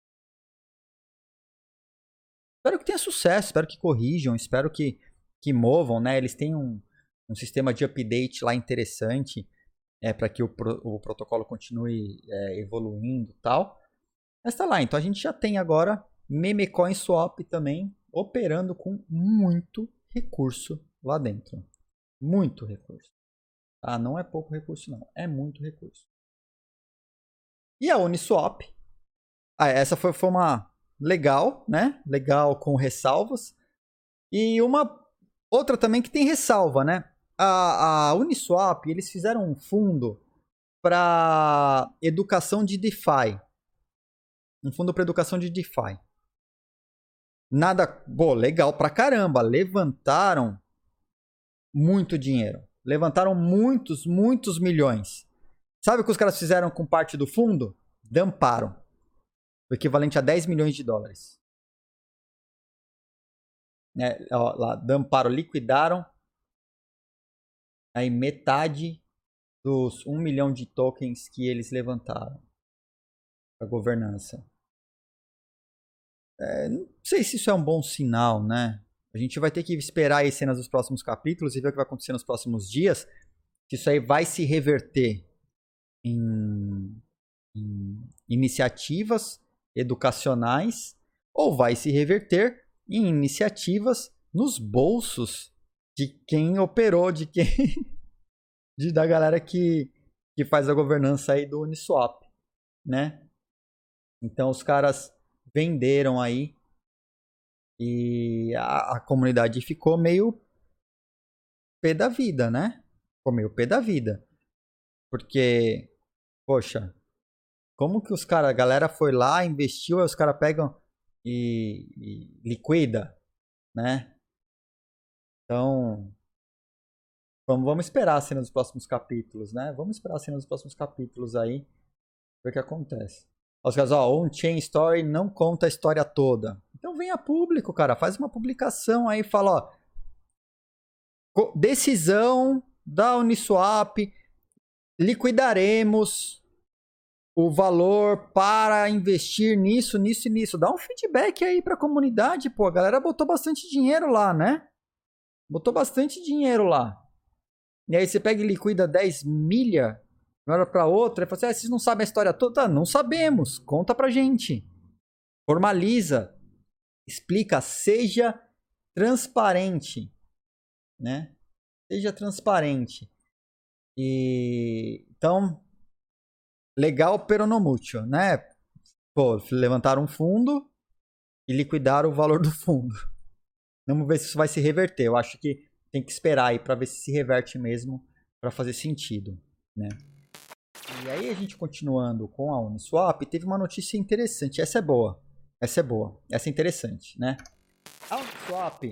Espero que tenha sucesso, espero que corrijam, espero que, que movam, né? Eles têm um, um sistema de update lá interessante, é, para que o, pro, o protocolo continue é, evoluindo e tal. Mas tá lá, então a gente já tem agora Memecoin Swap também operando com muito recurso lá dentro. Muito recurso. Ah, não é pouco recurso não, é muito recurso. E a Uniswap, ah, essa foi, foi uma legal, né? Legal com ressalvas. E uma outra também que tem ressalva, né? A, a Uniswap, eles fizeram um fundo para educação de DeFi. Um fundo para educação de DeFi. Nada, pô, legal pra caramba. Levantaram muito dinheiro. Levantaram muitos, muitos milhões. Sabe o que os caras fizeram com parte do fundo? Damparam. O equivalente a dez milhões de dólares. É, ó, lá, damparam, liquidaram. Aí metade dos um milhão de tokens que eles levantaram para governança. É, não sei se isso é um bom sinal, né? A gente vai ter que esperar as cenas dos próximos capítulos e ver o que vai acontecer nos próximos dias. Se isso aí vai se reverter em, em iniciativas educacionais ou vai se reverter em iniciativas nos bolsos de quem operou, de quem de, da galera que, que faz a governança aí do Uniswap, né? Então os caras venderam aí e a, a comunidade ficou meio pé da vida, né? Ficou meio pé da vida. Porque, poxa, como que os caras, a galera foi lá, investiu, aí os caras pegam e, e liquida, né? Então, vamos, vamos esperar a cena dos próximos capítulos, né? Vamos esperar a cena dos próximos capítulos aí, ver o que acontece. Os caras, ó, on-chain story não conta a história toda. Então vem a público, cara, faz uma publicação aí, fala, ó, decisão da Uniswap, liquidaremos o valor para investir nisso, nisso e nisso. Dá um feedback aí pra comunidade, pô, a galera botou bastante dinheiro lá, né? Botou bastante dinheiro lá. E aí você pega e liquida dez milha de uma hora para outra, e fala assim, ah, vocês não sabem a história toda? Não sabemos, conta pra gente. Formaliza, explica, seja transparente, né? Seja transparente. E então, legal, pero no mucho, né? Pô, levantaram um fundo e liquidaram o valor do fundo. Vamos ver se isso vai se reverter. Eu acho que tem que esperar aí para ver se se reverte mesmo, para fazer sentido, né? E aí a gente continuando com a Uniswap, teve uma notícia interessante. Essa é boa. Essa é boa. Essa é interessante, né? A Uniswap,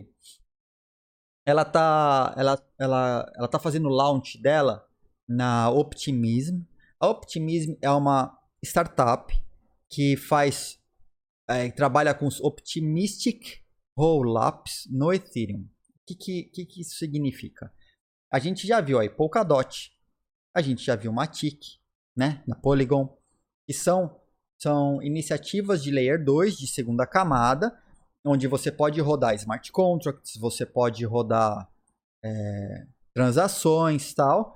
ela tá, ela, ela, ela tá fazendo o launch dela na Optimism. A Optimism é uma startup que faz, é, trabalha com os Optimistic Rollups no Ethereum. O que, que, que, que isso significa? A gente já viu aí Polkadot, a gente já viu Matic, né, na Polygon, que são, são iniciativas de Layer dois, de segunda camada, onde você pode rodar smart contracts, você pode rodar é, transações e tal,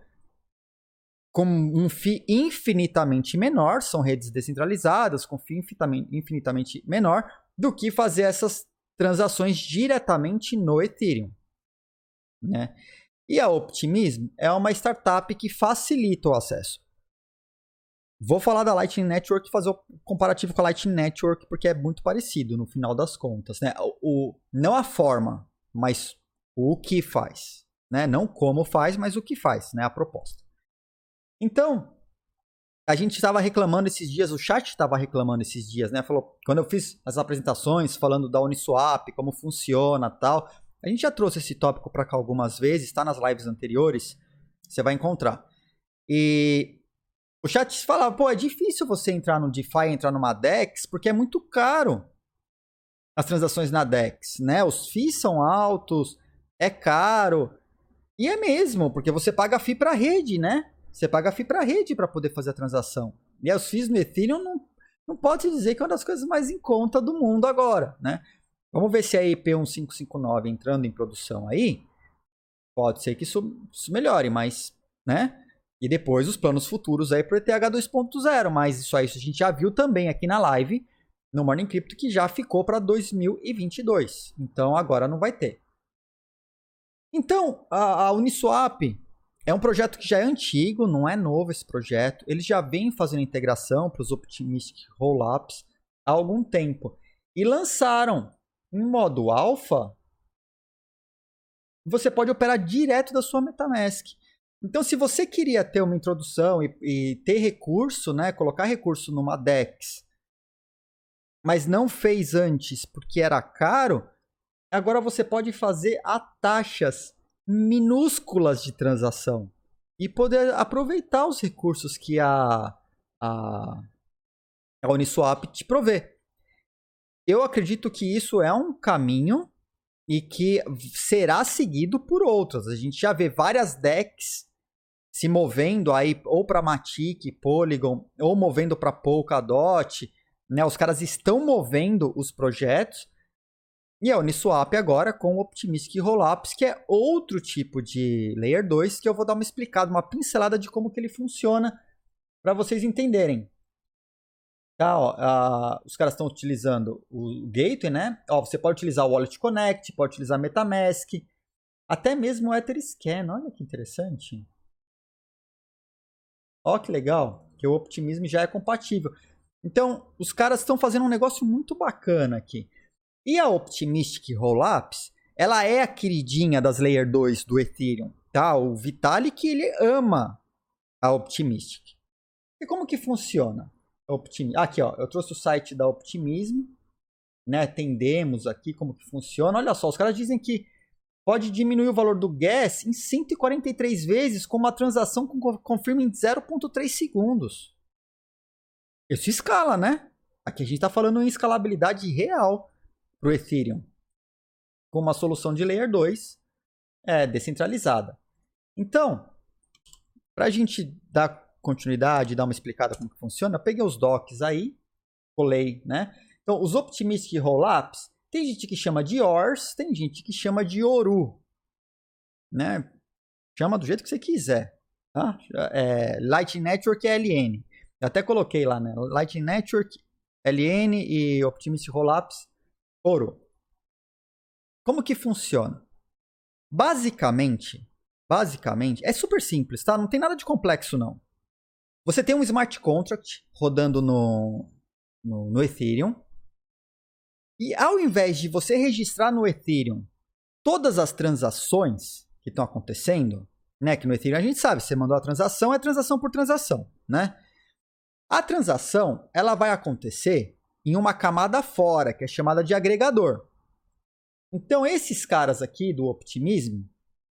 com um fee infinitamente menor, são redes descentralizadas, com fee infinitamente menor, do que fazer essas transações diretamente no Ethereum, né? E a Optimism é uma startup que facilita o acesso. Vou falar da Lightning Network e fazer o comparativo com a Lightning Network, porque é muito parecido no final das contas, né? O, o, não a forma, mas o que faz, né? Não como faz, mas o que faz, né? A proposta. Então, a gente estava reclamando esses dias, o chat estava reclamando esses dias, né? Falou, quando eu fiz as apresentações falando da Uniswap, como funciona e tal, a gente já trouxe esse tópico para cá algumas vezes, está nas lives anteriores, você vai encontrar. E o chat falava, pô, é difícil você entrar no DeFi, entrar numa DEX, porque é muito caro as transações na DEX, né? Os fees são altos, é caro. E é mesmo, porque você paga fee para a rede, né? Você paga fee para a rede para poder fazer a transação. E os fees no Ethereum não, não pode dizer que é uma das coisas mais em conta do mundo agora, né? Vamos ver se a E P um cinco cinco nove entrando em produção aí, pode ser que isso, isso melhore, mas, né? E depois os planos futuros aí para o E T H dois ponto zero, mas isso aí isso a gente já viu também aqui na live, no Morning Crypto, que já ficou para dois mil e vinte e dois. Então agora não vai ter. Então, a, a Uniswap é um projeto que já é antigo, não é novo esse projeto. Eles já vêm fazendo integração para os Optimistic Rollups há algum tempo. E lançaram em modo alfa, você pode operar direto da sua MetaMask. Então, se você queria ter uma introdução e, e ter recurso, né, colocar recurso numa DEX mas não fez antes porque era caro, agora você pode fazer a taxas minúsculas de transação e poder aproveitar os recursos que a, a, a Uniswap te provê. Eu acredito que isso é um caminho e que será seguido por outras. A gente já vê várias decks se movendo aí ou para Matic, Polygon, ou movendo para Polkadot, né? Os caras estão movendo os projetos. E a Uniswap agora com o Optimistic Rollups, que é outro tipo de Layer dois, que eu vou dar uma explicada, uma pincelada de como que ele funciona para vocês entenderem. Tá, ó, uh, os caras estão utilizando o Gateway, né? Ó, você pode utilizar o Wallet Connect, pode utilizar MetaMask, até mesmo o Etherscan. Olha que interessante. Ó, que legal, que o Optimism já é compatível. Então, os caras estão fazendo um negócio muito bacana aqui. E a Optimistic Rollups, ela é a queridinha das Layer dois do Ethereum, tá? O Vitalik, ele ama a Optimistic. E como que funciona? Optim... Aqui, ó, eu trouxe o site da Optimism, né? Tem demos aqui, como que funciona. Olha só, os caras dizem que pode diminuir o valor do gas em cento e quarenta e três vezes com uma transação com confirm em zero vírgula três segundos. Isso escala, né? Aqui a gente está falando em escalabilidade real para o Ethereum, com uma solução de Layer dois é, descentralizada. Então, para a gente dar continuidade, dar uma explicada como que funciona, eu peguei os docs aí, colei, né? Então, os Optimistic Rollups, tem gente que chama de O R S, tem gente que chama de Oru, né? Chama do jeito que você quiser, tá? É, Lightning Network é L N. Eu até coloquei lá, né? Lightning Network, L N e Optimistic Rollups, Oru. Como que funciona? Basicamente, basicamente, é super simples, tá? Não tem nada de complexo, não. Você tem um smart contract rodando no, no, no Ethereum. E ao invés de você registrar no Ethereum todas as transações que estão acontecendo, né? Que no Ethereum a gente sabe, você mandou a transação, é transação por transação, né? A transação, ela vai acontecer em uma camada fora, que é chamada de agregador. Então, esses caras aqui do Optimism,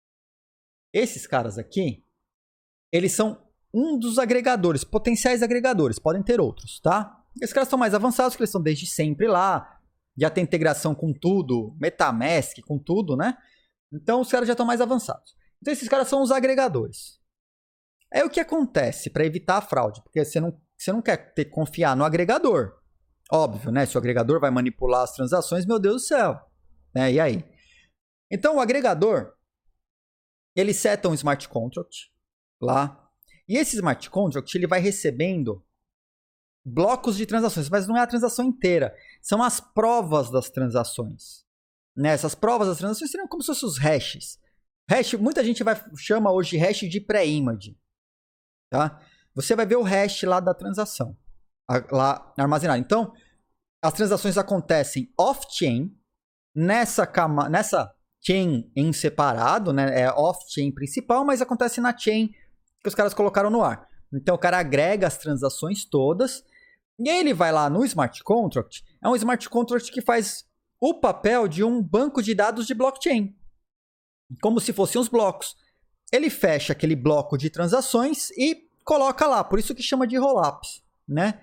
esses caras aqui, eles são um dos agregadores, potenciais agregadores, podem ter outros, tá? Esses caras são mais avançados, que eles estão desde sempre lá, já tem integração com tudo, MetaMask, com tudo, né? Então, os caras já estão mais avançados. Então, esses caras são os agregadores. Aí, o que acontece para evitar a fraude? Porque você não, você não quer ter que confiar no agregador. Óbvio, né? Se o agregador vai manipular as transações, meu Deus do céu. Né? E aí? Então, o agregador, ele seta um smart contract lá. E esse smart contract, ele vai recebendo blocos de transações, mas não é a transação inteira. São as provas das transações. Né? Essas provas das transações seriam como se fossem os hashes. Hash, muita gente vai, chama hoje de hash de pré-image. Tá? Você vai ver o hash lá da transação, lá armazenado. Então, as transações acontecem off-chain, nessa, cama, nessa chain em separado, né? É off-chain principal, mas acontece na chain que os caras colocaram no ar. Então, o cara agrega as transações todas e aí ele vai lá no smart contract. É um smart contract que faz o papel de um banco de dados de blockchain, como se fossem os blocos. Ele fecha aquele bloco de transações e coloca lá, por isso que chama de rollups, né?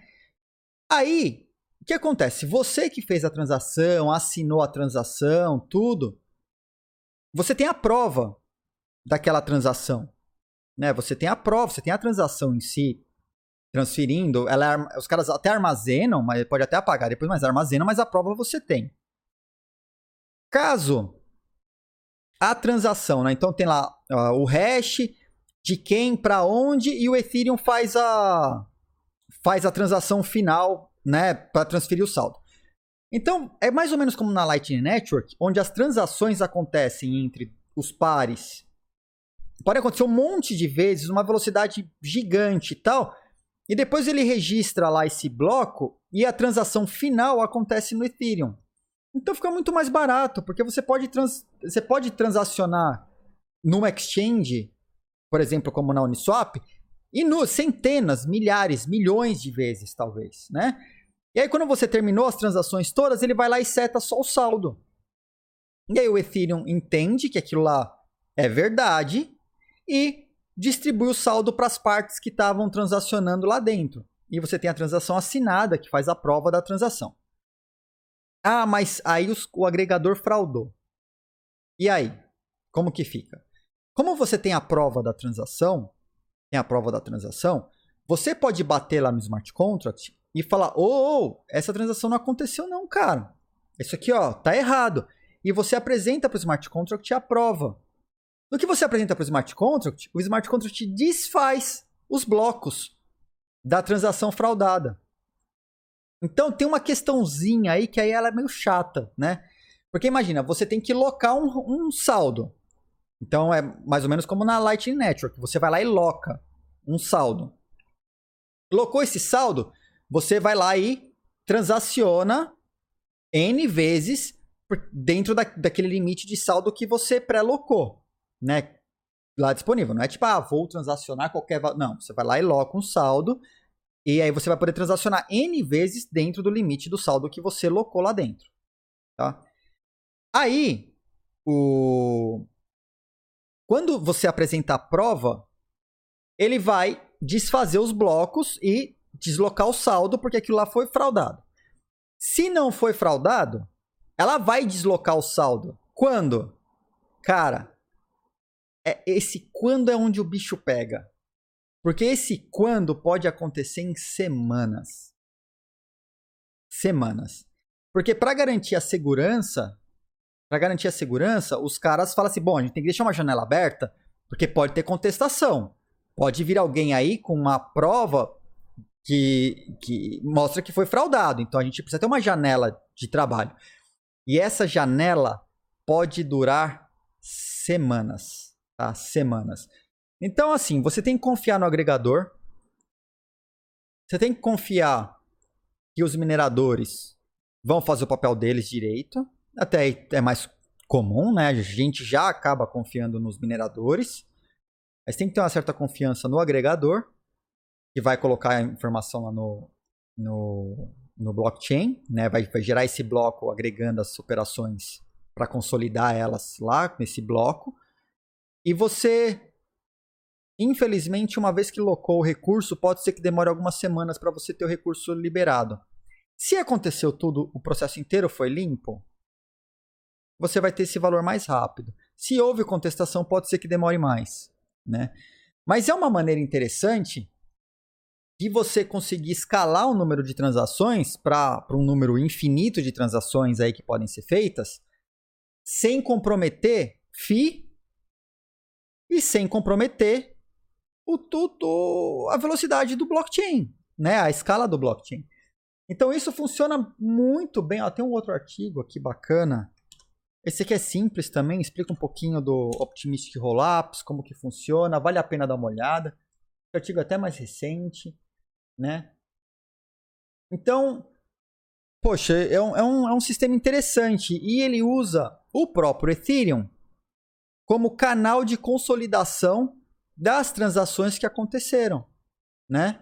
Aí, o que acontece? Você que fez a transação, assinou a transação, tudo, você tem a prova daquela transação, né? Você tem a prova, você tem a transação em si transferindo, ela, os caras até armazenam, mas pode até apagar depois, mas armazenam, mas a prova você tem. Caso a transação, né? Então tem lá uh, o hash de quem para onde e o Ethereum faz a faz a transação final, né, para transferir o saldo. Então, é mais ou menos como na Lightning Network, onde as transações acontecem entre os pares. Pode acontecer um monte de vezes, uma velocidade gigante e tal, e depois ele registra lá esse bloco e a transação final acontece no Ethereum. Então fica muito mais barato, porque você pode, trans, você pode transacionar numa exchange, por exemplo, como na Uniswap, e no, centenas, milhares, milhões de vezes, talvez, né? E aí, quando você terminou as transações todas, ele vai lá e seta só o saldo. E aí o Ethereum entende que aquilo lá é verdade e distribui o saldo para as partes que estavam transacionando lá dentro. E você tem a transação assinada, que faz a prova da transação. Ah, mas aí os, o agregador fraudou. E aí? Como que fica? Como você tem a prova da transação, tem a prova da transação, você pode bater lá no smart contract e falar, ô, oh, oh, essa transação não aconteceu não, cara. Isso aqui, ó, tá errado. E você apresenta para o smart contract a prova. No que você apresenta para o smart contract, o smart contract desfaz os blocos da transação fraudada. Então tem uma questãozinha aí que aí ela é meio chata, né? Porque imagina, você tem que locar um, um saldo. Então é mais ou menos como na Lightning Network. Você vai lá e loca um saldo. Locou esse saldo, você vai lá e transaciona N vezes dentro da, daquele limite de saldo que você pré-locou, né? Lá disponível. Não é tipo, ah, vou transacionar qualquer... Não, você vai lá e loca um saldo e aí você vai poder transacionar N vezes dentro do limite do saldo que você locou lá dentro. Tá? Aí, o... quando você apresentar a prova, ele vai desfazer os blocos e deslocar o saldo porque aquilo lá foi fraudado. Se não foi fraudado, ela vai deslocar o saldo. Quando? Cara, é esse quando é onde o bicho pega. Porque esse quando pode acontecer em semanas. Semanas. Porque para garantir a segurança, para garantir a segurança, os caras falam assim, bom, a gente tem que deixar uma janela aberta, porque pode ter contestação. Pode vir alguém aí com uma prova que, que mostra que foi fraudado. Então a gente precisa ter uma janela de trabalho. E essa janela pode durar semanas, tá? Semanas. Então, assim, você tem que confiar no agregador. Você tem que confiar que os mineradores vão fazer o papel deles direito. Até aí é mais comum, né? A gente já acaba confiando nos mineradores. Mas tem que ter uma certa confiança no agregador, que vai colocar a informação lá no, no, no blockchain, né? Vai, vai gerar esse bloco agregando as operações para consolidar elas lá nesse bloco. E você, infelizmente, uma vez que locou o recurso, pode ser que demore algumas semanas para você ter o recurso liberado. Se aconteceu tudo, o processo inteiro foi limpo, você vai ter esse valor mais rápido. Se houve contestação, pode ser que demore mais, né? Mas é uma maneira interessante de você conseguir escalar o número de transações para um número infinito de transações aí que podem ser feitas, sem comprometer F I I e sem comprometer o, o, a velocidade do blockchain, né? A escala do blockchain. Então isso funciona muito bem. Ó, tem um outro artigo aqui bacana. Esse aqui é simples também, explica um pouquinho do Optimistic Rollups, como que funciona, vale a pena dar uma olhada. Esse artigo é até mais recente, né? Então, poxa, é um, é um, é um sistema interessante e ele usa o próprio Ethereum como canal de consolidação das transações que aconteceram, né?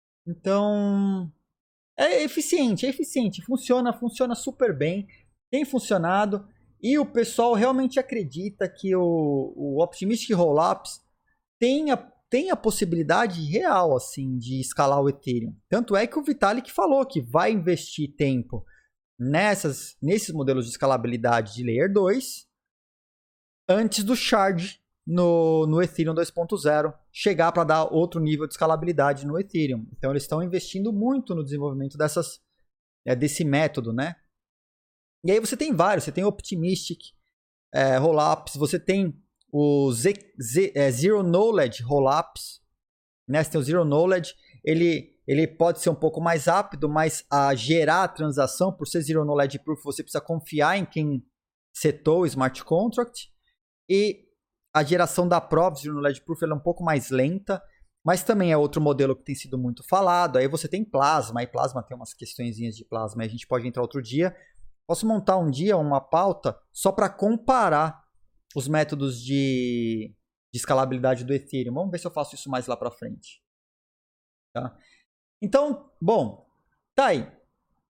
Então, é eficiente, é eficiente, funciona, funciona super bem, tem funcionado e o pessoal realmente acredita que o, o Optimistic Rollups tem a, tem a possibilidade real, assim, de escalar o Ethereum. Tanto é que o Vitalik falou que vai investir tempo nessas, nesses modelos de escalabilidade de Layer dois antes do Shard no, no Ethereum dois ponto zero chegar para dar outro nível de escalabilidade no Ethereum. Então eles estão investindo muito no desenvolvimento dessas, é, desse método, né? E aí você tem vários, você tem Optimistic é, Rollups, você tem o Z, Z, é, Zero Knowledge Rollups, né? Você tem o Zero Knowledge, ele, ele pode ser um pouco mais rápido, mas a gerar a transação, por ser Zero Knowledge Proof, você precisa confiar em quem setou o Smart Contract. E a geração da prova Zero Knowledge Proof ela é um pouco mais lenta, mas também é outro modelo que tem sido muito falado. Aí você tem Plasma, e Plasma tem umas questõezinhas de Plasma, a gente pode entrar outro dia. Posso montar um dia uma pauta só para comparar os métodos de, de escalabilidade do Ethereum. Vamos ver se eu faço isso mais lá para frente. Tá? Então, bom, tá aí.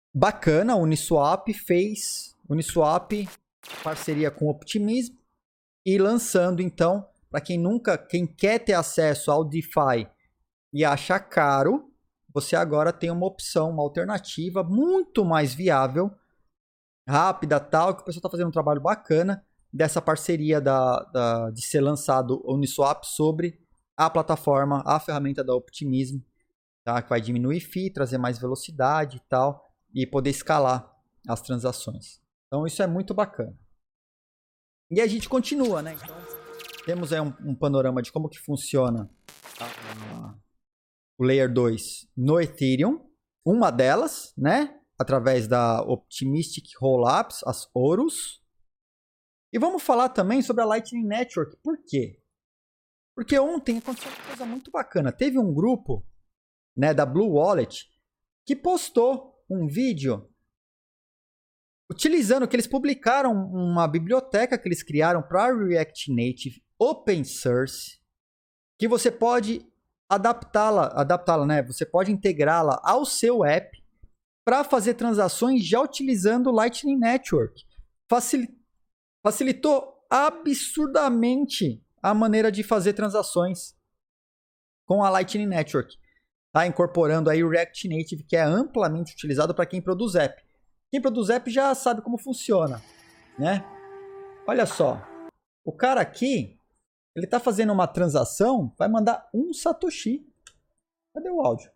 bacana, a Uniswap fez, Uniswap, parceria com o Optimism, e lançando então, para quem nunca, quem quer ter acesso ao DeFi e acha caro, você agora tem uma opção, uma alternativa muito mais viável, rápida, tal, que o pessoal está fazendo um trabalho bacana dessa parceria da, da, de ser lançado o Uniswap sobre a plataforma, a ferramenta da Optimism, tá? Que vai diminuir fee, trazer mais velocidade e tal, e poder escalar as transações. Então isso é muito bacana. E a gente continua, né? Então, temos aí um, um panorama de como que funciona a, o Layer dois no Ethereum. Uma delas, né? Através da Optimistic Rollups, as Horus. E vamos falar também sobre a Lightning Network. Por quê? Porque ontem aconteceu uma coisa muito bacana. Teve um grupo, né, da Blue Wallet que postou um vídeo utilizando que eles publicaram uma biblioteca que eles criaram para React Native Open Source, que você pode adaptá-la, adaptá-la, né? Você pode integrá-la ao seu app para fazer transações já utilizando o Lightning Network. Facil- facilitou absurdamente a maneira de fazer transações com a Lightning Network, tá? Incorporando aí o React Native, que é amplamente utilizado para quem produz app. Quem produz app já sabe como funciona, né? Olha só, o cara aqui, ele tá fazendo uma transação, vai mandar um Satoshi. Cadê o áudio?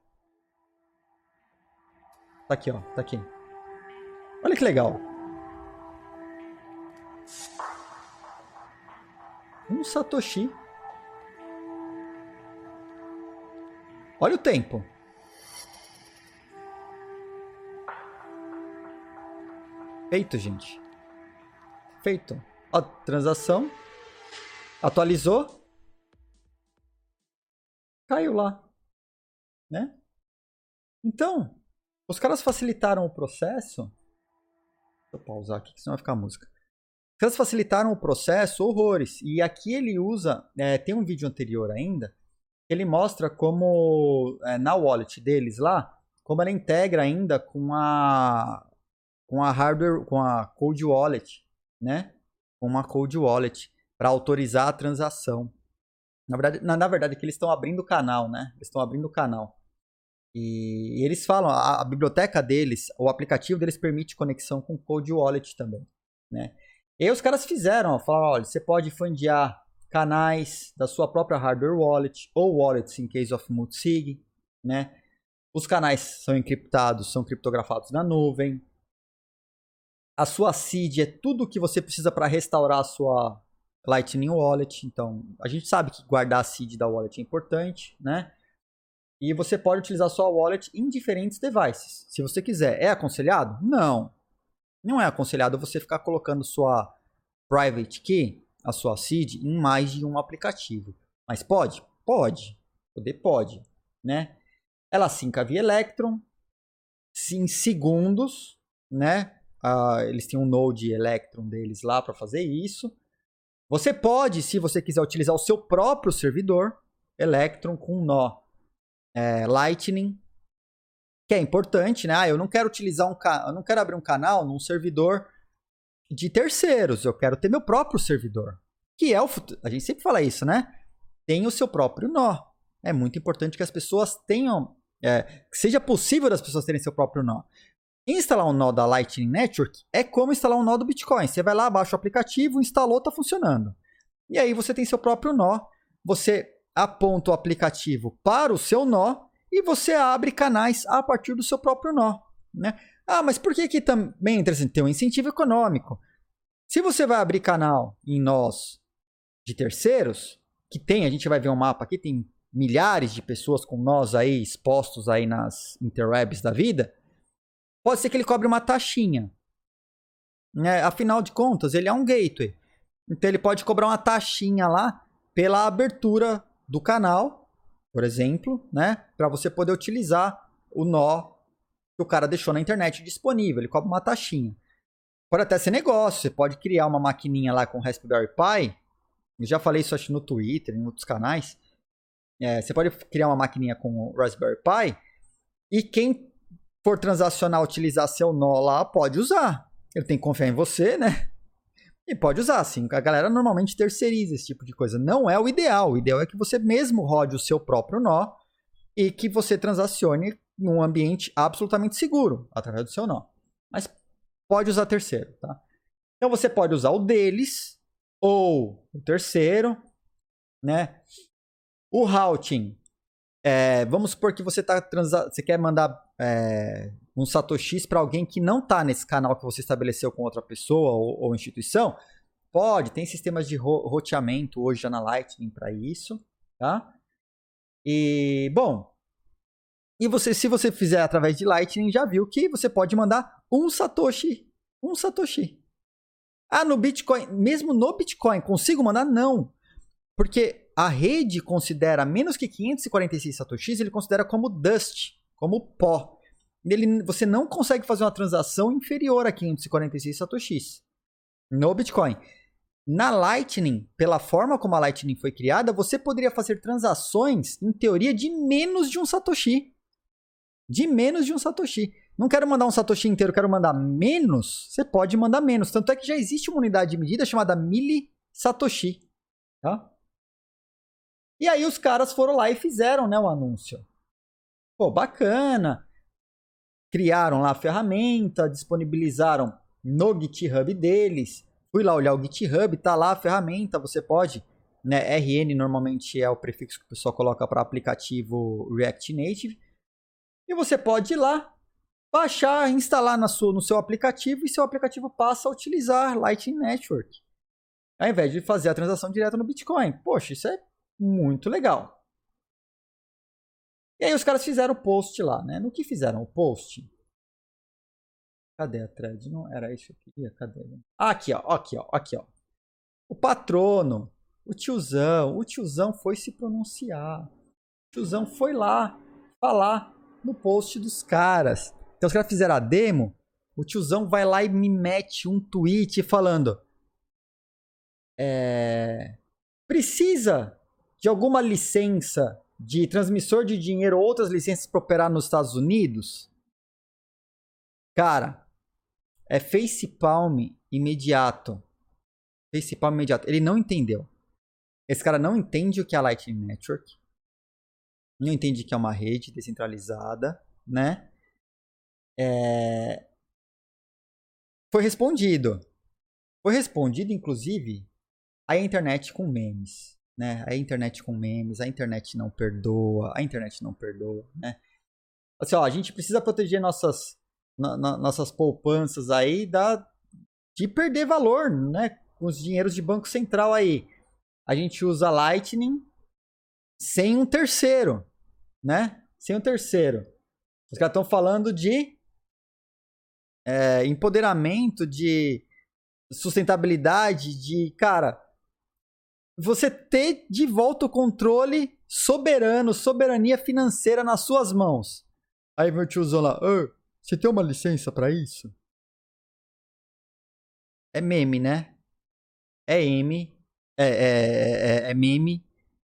Tá aqui, ó, tá aqui. Olha que legal. Um Satoshi. Olha o tempo. Feito, gente. Feito. Ó, transação. Atualizou. Caiu lá. Né? Então, os caras facilitaram o processo. Deixa eu pausar aqui, senão vai ficar a música. Os caras facilitaram o processo horrores. E aqui ele usa... É, tem um vídeo anterior ainda. Ele mostra como... É, na wallet deles lá, como ela integra ainda com a... com a hardware, com a cold wallet, né? Com uma cold wallet para autorizar a transação. Na verdade, na, na verdade, que eles estão abrindo o canal, né? Eles estão abrindo o canal. E, e eles falam, a, a biblioteca deles, o aplicativo deles permite conexão com cold wallet também, né? E aí os caras fizeram, ó, falaram, olha, você pode fundear canais da sua própria hardware wallet ou wallets in case of multisig, né? Os canais são encriptados, são criptografados na nuvem. A sua seed é tudo o que você precisa para restaurar a sua Lightning Wallet. Então, a gente sabe que guardar a seed da wallet é importante, né? E você pode utilizar a sua wallet em diferentes devices, se você quiser. É aconselhado? Não. Não é aconselhado você ficar colocando sua private key, a sua seed, em mais de um aplicativo. Mas pode? Pode. Poder pode, né? Ela sinca via Electron, em segundos, né? Uh, eles têm um node Electron deles lá para fazer isso. Você pode, se você quiser utilizar o seu próprio servidor, Electron com um nó é, Lightning, que é importante, né? Ah, eu não quero utilizar um ca... eu não quero abrir um canal num servidor de terceiros, eu quero ter meu próprio servidor, que é o futuro. A gente sempre fala isso, né? Tem o seu próprio nó. É muito importante que as pessoas tenham, é, que seja possível das pessoas terem seu próprio nó. Instalar um nó da Lightning Network é como instalar um nó do Bitcoin. Você vai lá, baixa o aplicativo, instalou, está funcionando. E aí você tem seu próprio nó, você aponta o aplicativo para o seu nó e você abre canais a partir do seu próprio nó, né? Ah, mas por que que também é interessante ter um incentivo econômico? Se você vai abrir canal em nós de terceiros, que tem, a gente vai ver um mapa aqui, tem milhares de pessoas com nós aí expostos aí nas interwebs da vida, pode ser que ele cobre uma taxinha. Né? Afinal de contas, ele é um gateway. Então ele pode cobrar uma taxinha lá pela abertura do canal, por exemplo, né? Para você poder utilizar o nó que o cara deixou na internet disponível. Ele cobra uma taxinha. Pode até ser negócio. Você pode criar uma maquininha lá com Raspberry Pi. Eu já falei isso acho no Twitter, em outros canais. É, você pode criar uma maquininha com o Raspberry Pi e quem for transacionar, utilizar seu nó lá, pode usar. Ele tem que confiar em você, né? E pode usar, sim. A galera normalmente terceiriza esse tipo de coisa. Não é o ideal. O ideal é que você mesmo rode o seu próprio nó e que você transacione num ambiente absolutamente seguro, através do seu nó. Mas pode usar terceiro, tá? Então você pode usar o deles ou o terceiro, né? O routing, é, vamos supor que você, tá transa- você quer mandar é, um satoshis para alguém que não está nesse canal que você estabeleceu com outra pessoa ou, ou instituição. Pode, tem sistemas de ro roteamento hoje já na Lightning para isso, tá? E, bom, e você, se você fizer através de Lightning, já viu que você pode mandar um satoshi, um satoshi. Ah, no Bitcoin, mesmo no Bitcoin, consigo mandar? Não. Porque a rede considera menos que quinhentos e quarenta e seis satoshis, ele considera como dust, como pó. Ele, você não consegue fazer uma transação inferior a quinhentos e quarenta e seis satoshis no Bitcoin. Na Lightning, pela forma como a Lightning foi criada, você poderia fazer transações, em teoria, de menos de um satoshi. De menos de um satoshi. Não quero mandar um satoshi inteiro, quero mandar menos. Você pode mandar menos. Tanto é que já existe uma unidade de medida chamada millisatoshi. Tá? E aí os caras foram lá e fizeram, né, o anúncio. Pô, bacana. Criaram lá a ferramenta, disponibilizaram no GitHub deles. Fui lá olhar o GitHub, tá lá a ferramenta, você pode, né, R N normalmente é o prefixo que o pessoal coloca para aplicativo React Native. E você pode ir lá, baixar, instalar na sua, no seu aplicativo e seu aplicativo passa a utilizar Lightning Network. Ao invés de fazer a transação direta no Bitcoin. Poxa, isso é muito legal. E aí os caras fizeram o post lá, né? No que fizeram o post? Cadê a thread? Não era isso que eu queria? Cadê? Ah, aqui, ó. Aqui, ó. Aqui, ó. O patrono, o tiozão, o tiozão foi se pronunciar. O tiozão foi lá falar no post dos caras. Então os caras fizeram a demo, o tiozão vai lá e me mete um tweet falando: é, precisa de alguma licença de transmissor de dinheiro ou outras licenças para operar nos Estados Unidos? Cara, é facepalm imediato. Facepalm imediato. Ele não entendeu. Esse cara não entende o que é a Lightning Network. Não entende que é uma rede descentralizada, né? É... Foi respondido. Foi respondido, inclusive, a internet com memes, né? A internet com memes, a internet não perdoa, a internet não perdoa, né? Assim, ó, a gente precisa proteger nossas, na, na, nossas poupanças aí da, de perder valor, né? Com os dinheiros de Banco Central aí. A gente usa Lightning sem um terceiro, né? Sem um terceiro. Os caras estão falando de é, empoderamento, de sustentabilidade, de, cara, você ter de volta o controle soberano, soberania financeira nas suas mãos. Aí meu tiozão lá, oh, você tem uma licença pra isso? É meme, né? É M, é, é, é, é meme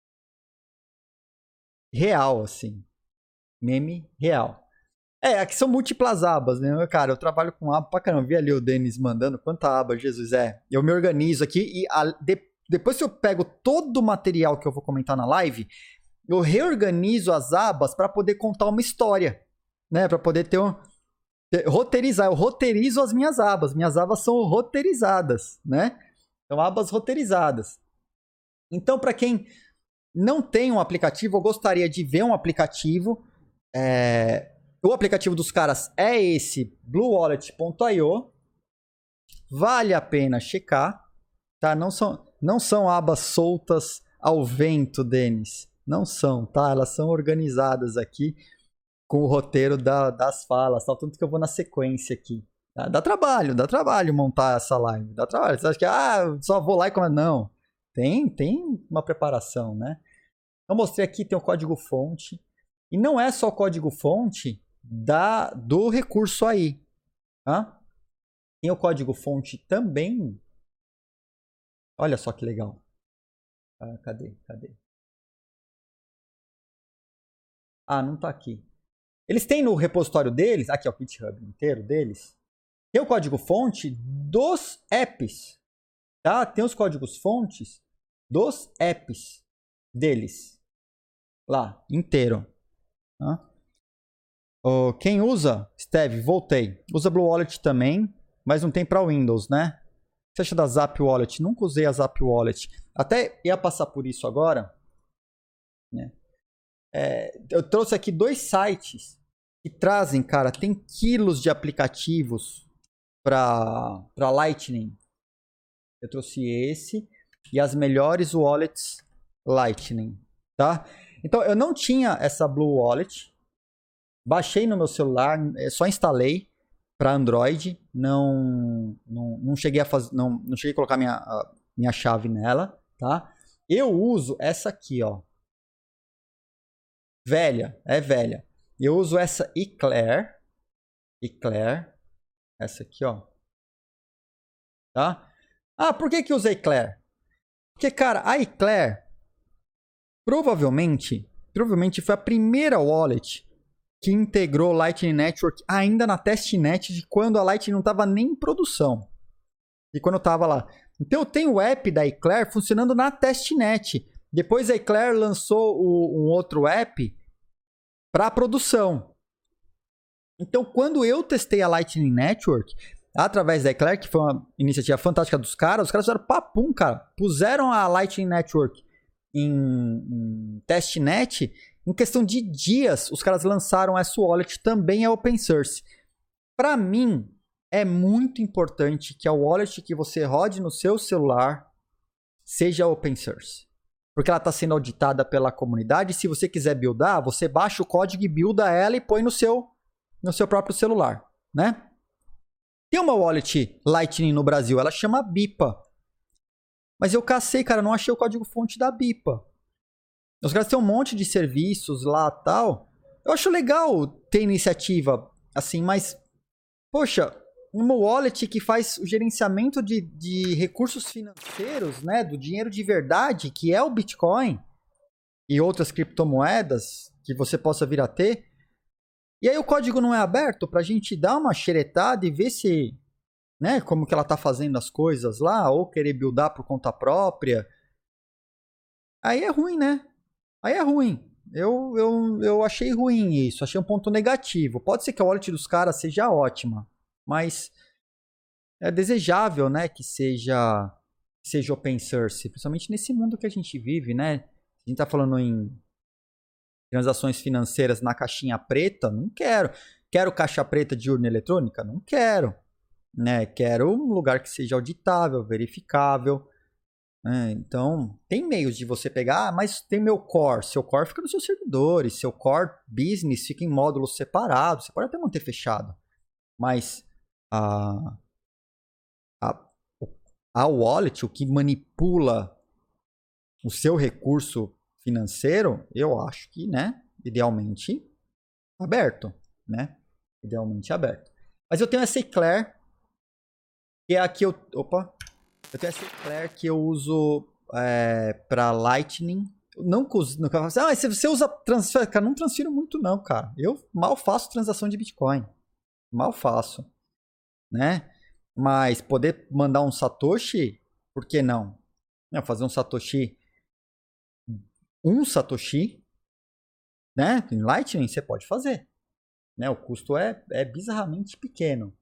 real, assim. Meme real. É, aqui são múltiplas abas, né? Cara, eu trabalho com aba pra caramba. Vi ali o Denis mandando quanta aba, Jesus, é. Eu me organizo aqui e a, de, depois que eu pego todo o material que eu vou comentar na live, eu reorganizo as abas para poder contar uma história, né? Para poder ter um ter, roteirizar. Eu roteirizo as minhas abas. Minhas abas são roteirizadas, né? São abas roteirizadas. Então, para quem não tem um aplicativo, eu gostaria de ver um aplicativo. É, o aplicativo dos caras é esse, blue wallet ponto i o. Vale a pena checar, tá? Não são, não são abas soltas ao vento, Denis. Não são, tá? Elas são organizadas aqui com o roteiro da, das falas, tal. Tanto que eu vou na sequência aqui. Tá? Dá trabalho, dá trabalho montar essa live. Dá trabalho. Você acha que, ah, só vou lá e como... Não. Tem, tem uma preparação, né? Eu mostrei aqui, tem o código-fonte. E não é só o código-fonte da, do recurso aí. Tá? Tem o código-fonte também. Olha só que legal. Ah, cadê? Cadê? Ah, não tá aqui. Eles têm no repositório deles, aqui ó, o GitHub inteiro deles, tem o código-fonte dos apps, tá? Tem os códigos-fontes dos apps deles, lá, inteiro. Tá? Oh, quem usa, Steve, voltei, usa Blue Wallet também, mas não tem para Windows, né? O que você acha da Zap Wallet? Nunca usei a Zap Wallet. Até ia passar por isso agora, né? É, eu trouxe aqui dois sites que trazem, cara, tem quilos de aplicativos para Lightning. Eu trouxe esse e as melhores wallets Lightning, tá? Então, eu não tinha essa Blue Wallet. Baixei no meu celular, só instalei para Android. Não, não, não cheguei a fazer, não, não cheguei a colocar minha, a, minha chave nela, tá? Eu uso essa aqui, ó. Velha, é velha. Eu uso essa Eclair. Eclair. Essa aqui, ó. Tá? Ah, por que que eu usei Eclair? Porque, cara, a Eclair provavelmente, provavelmente foi a primeira wallet que integrou Lightning Network ainda na testnet de quando a Lightning não estava nem em produção. E quando eu estava lá. Então eu tenho o app da Eclair funcionando na testnet. Depois a Eclair lançou o, um outro app para produção. Então, quando eu testei a Lightning Network, através da Eclair, que foi uma iniciativa fantástica dos caras, os caras fizeram papum, cara. Puseram a Lightning Network em, em testnet, em questão de dias, os caras lançaram essa wallet, também é open source. Para mim, é muito importante que a wallet que você rode no seu celular seja open source. Porque ela está sendo auditada pela comunidade. Se você quiser buildar, você baixa o código e builda ela e põe no seu, no seu próprio celular, né? Tem uma wallet Lightning no Brasil, ela chama Bipa. Mas eu cacei, cara, não achei o código-fonte da Bipa. Os caras têm um monte de serviços lá e tal. Eu acho legal ter iniciativa assim, mas, poxa, uma wallet que faz o gerenciamento de, de recursos financeiros, né, do dinheiro de verdade, que é o Bitcoin e outras criptomoedas que você possa vir a ter. E aí o código não é aberto para a gente dar uma xeretada e ver se, né, como que ela está fazendo as coisas lá, ou querer buildar por conta própria. Aí é ruim, né? Aí é ruim. Eu, eu, eu achei ruim isso, achei um ponto negativo. Pode ser que a wallet dos caras seja ótima, mas é desejável, né, que seja, seja open source, principalmente nesse mundo que a gente vive, né? A gente tá falando em transações financeiras na caixinha preta, não quero. Quero caixa preta de urna eletrônica? Não quero. Né? Quero um lugar que seja auditável, verificável. Né? Então, tem meios de você pegar, ah, mas tem meu core. Seu core fica nos seus servidores, seu core business fica em módulos separados. Você pode até manter fechado. Mas a, a, a wallet, o que manipula o seu recurso financeiro, eu acho que, né, idealmente aberto, né? Idealmente aberto. Mas eu tenho essa Eclair, que é a que eu... Opa! Eu tenho essa Eclair que eu uso é, para Lightning. Não cozinho. Ah, mas você usa transfer... Cara, não transfiro muito não, cara. Eu mal faço transação de Bitcoin. Mal faço. Né? Mas poder mandar um Satoshi, por que não? não fazer um Satoshi... Um Satoshi, né? Em Lightning você pode fazer. Né? O custo é, é bizarramente pequeno.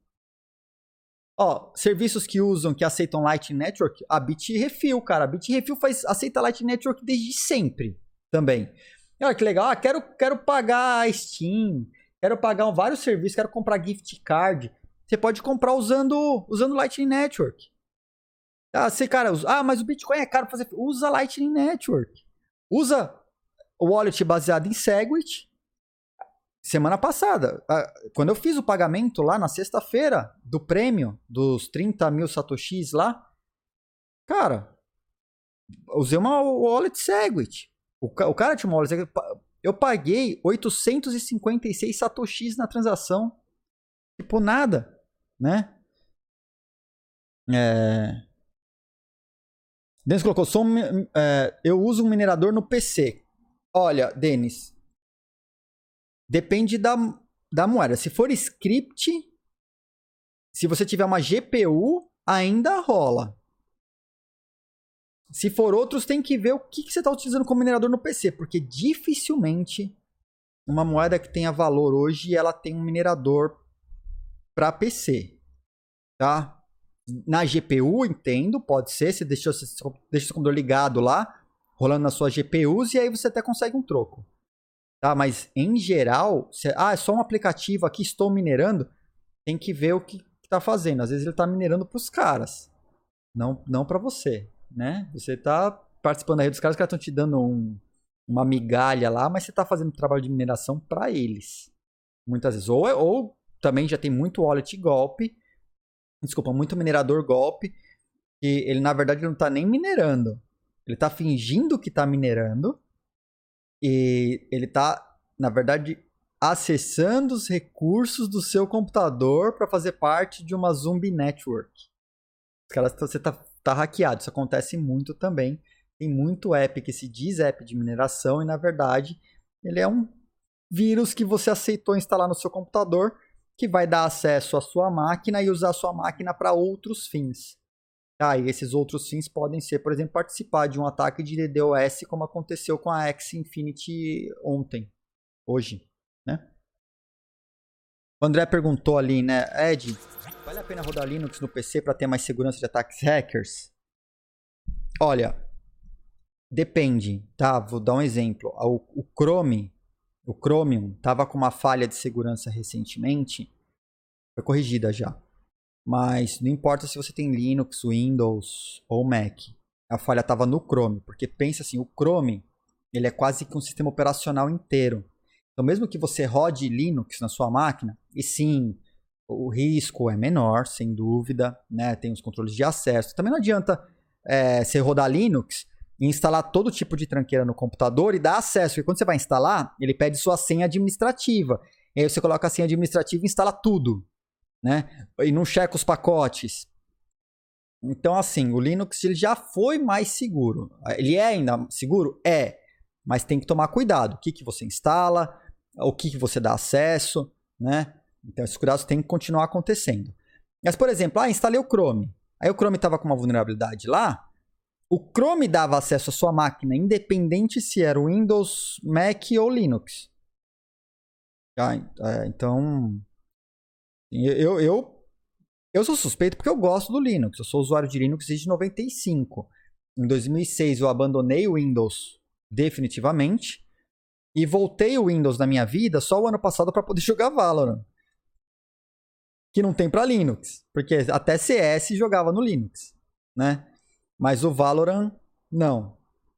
Ó, serviços que usam, que aceitam Lightning Network, a Bitrefill, cara. A Bitrefill faz, aceita Lightning Network desde sempre também. Olha que legal. Ah, quero, quero pagar a Steam, quero pagar vários serviços, quero comprar gift card. Você pode comprar usando, usando Lightning Network. Ah, você, cara, ah, mas o Bitcoin é caro pra fazer. Usa Lightning Network. Usa o wallet baseado em Segwit. Semana passada, quando eu fiz o pagamento lá na sexta-feira do prêmio dos trinta mil satoshis lá, cara, usei uma wallet Segwit. O, o cara tinha uma wallet Segwit. Eu paguei oitocentos e cinquenta e seis satoshis na transação. Tipo, nada, né? É... Denis colocou, sou um, é, eu uso um minerador no P C. Olha, Denis, depende da, da moeda. Se for script, se você tiver uma G P U, ainda rola. Se for outros, tem que ver o que, que você está utilizando como minerador no P C, porque dificilmente uma moeda que tenha valor hoje, ela tem um minerador para P C, tá? Na G P U, entendo, pode ser, você deixa, você deixa o seu computador ligado lá, rolando nas suas G P Us, e aí você até consegue um troco. Tá? Mas, em geral, você, ah, é só um aplicativo aqui, estou minerando, tem que ver o que está fazendo. Às vezes ele está minerando para os caras, não, não para você, né? Você está participando da rede dos caras, os caras estão te dando um, uma migalha lá, mas você está fazendo trabalho de mineração para eles. Muitas vezes. Ou, ou também já tem muito wallet golpe, desculpa, muito minerador golpe, que ele, na verdade, não está nem minerando. Ele está fingindo que está minerando e ele está, na verdade, acessando os recursos do seu computador para fazer parte de uma zombie network. Os caras, você está tá hackeado. Isso acontece muito também. Tem muito app que se diz app de mineração e, na verdade, ele é um vírus que você aceitou instalar no seu computador, que vai dar acesso à sua máquina e usar a sua máquina para outros fins. Ah, e esses outros fins podem ser, por exemplo, participar de um ataque de DDoS, como aconteceu com a Axie Infinity ontem, hoje, né? O André perguntou ali, né, Ed, vale a pena rodar Linux no P C para ter mais segurança de ataques hackers? Olha, depende, tá? Vou dar um exemplo. O, o Chrome, o Chromium, estava com uma falha de segurança recentemente, foi corrigida já. Mas não importa se você tem Linux, Windows ou Mac. A falha estava no Chrome, porque pensa assim, o Chrome ele é quase que um sistema operacional inteiro. Então mesmo que você rode Linux na sua máquina, e sim, o risco é menor, sem dúvida, né? Tem os controles de acesso. Também não adianta é, você rodar Linux e instalar todo tipo de tranqueira no computador e dar acesso. E quando você vai instalar, ele pede sua senha administrativa. E aí você coloca a senha administrativa e instala tudo, né? E não checa os pacotes. Então, assim, o Linux ele já foi mais seguro. Ele é ainda seguro? É. Mas tem que tomar cuidado. O que, que você instala, o que, que você dá acesso, né? Então, esses cuidados têm que continuar acontecendo. Mas, por exemplo, ah, instalei o Chrome. Aí o Chrome estava com uma vulnerabilidade lá. O Chrome dava acesso à sua máquina, independente se era Windows, Mac ou Linux. Ah, então... Eu, eu, eu sou suspeito porque eu gosto do Linux. Eu sou usuário de Linux desde noventa e cinco. Em dois mil e seis eu abandonei o Windows definitivamente e voltei o Windows na minha vida só o ano passado para poder jogar Valorant. Que não tem para Linux, porque até C S jogava no Linux, né? Mas o Valorant, não.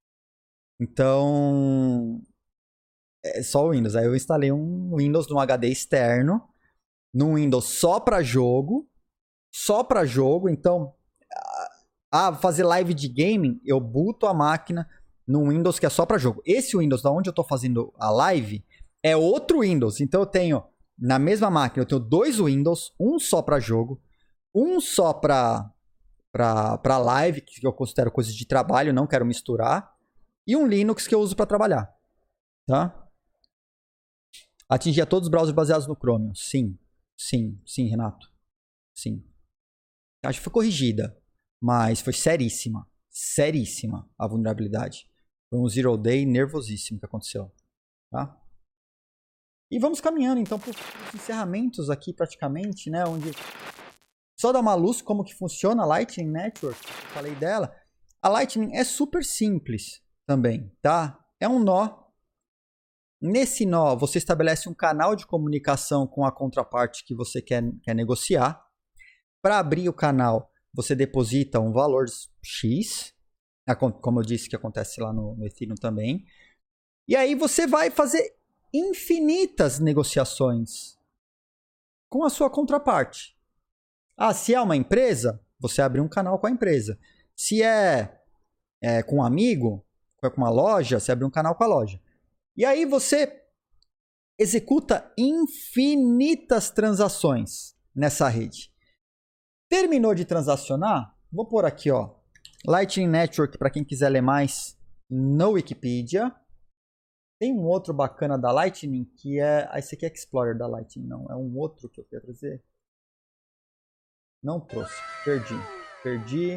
Então, é só o Windows. Aí eu instalei um Windows num H D externo, num Windows só para jogo, só para jogo. Então, ah, fazer live de gaming, eu booto a máquina num Windows que é só para jogo. Esse Windows da onde eu tô fazendo a live é outro Windows. Então eu tenho na mesma máquina, eu tenho dois Windows, um só para jogo, um só para para para live, que eu considero coisas de trabalho, não quero misturar, e um Linux que eu uso para trabalhar, tá? Atingir a todos os browsers baseados no Chromium. Sim. Sim, sim, Renato. Sim. Acho que foi corrigida, mas foi seríssima. Seríssima a vulnerabilidade. Foi um zero day nervosíssimo que aconteceu. Tá? E vamos caminhando então para os encerramentos aqui praticamente, né? Onde só dá uma luz como que funciona a Lightning Network. Falei dela. A Lightning é super simples também, tá? É um nó. Nesse nó, você estabelece um canal de comunicação com a contraparte que você quer, quer negociar. Para abrir o canal, você deposita um valor X, como eu disse que acontece lá no, no Ethereum também. E aí você vai fazer infinitas negociações com a sua contraparte. Ah, se é uma empresa, você abre um canal com a empresa. Se é, é com um amigo, com uma loja, você abre um canal com a loja. E aí você executa infinitas transações nessa rede. Terminou de transacionar? Vou pôr aqui, ó, Lightning Network para quem quiser ler mais no Wikipedia. Tem um outro bacana da Lightning que é... Ah, esse aqui é Explorer da Lightning, não. É um outro que eu queria trazer. Não trouxe. Perdi. Perdi.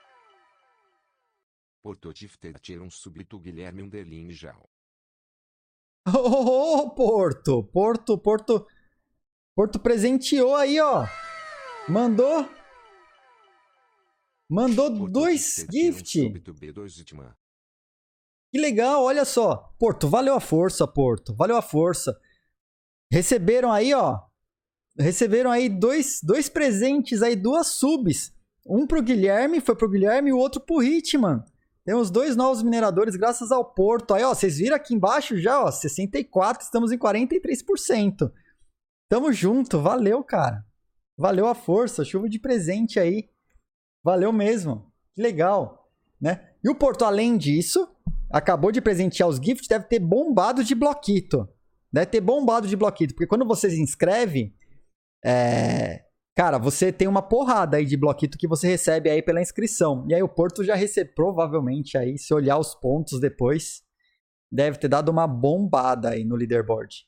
Porto tive um súbito Guilherme Underline Gel. Ô, oh, oh, Porto! Porto, Porto... Porto presenteou aí, ó. Mandou... Mandou Porto dois gift. Um B dois Que legal, olha só. Porto, valeu a força, Porto. Valeu a força. Receberam aí, ó. Receberam aí dois, dois presentes aí, duas subs. Um pro Guilherme, foi pro Guilherme, e o outro pro Hitman. Temos dois novos mineradores graças ao Porto. Aí, ó, vocês viram aqui embaixo já, ó, sessenta e quatro, estamos em quarenta e três por cento. Tamo junto, valeu, cara. Valeu a força, chuva de presente aí. Valeu mesmo. Que legal, né? E o Porto, além disso, acabou de presentear os gifts, deve ter bombado de bloquito. Deve ter bombado de bloquito, porque quando você se inscreve, é... cara, você tem uma porrada aí de bloquito que você recebe aí pela inscrição. E aí o Porto já recebe, provavelmente aí, se olhar os pontos depois, deve ter dado uma bombada aí no leaderboard.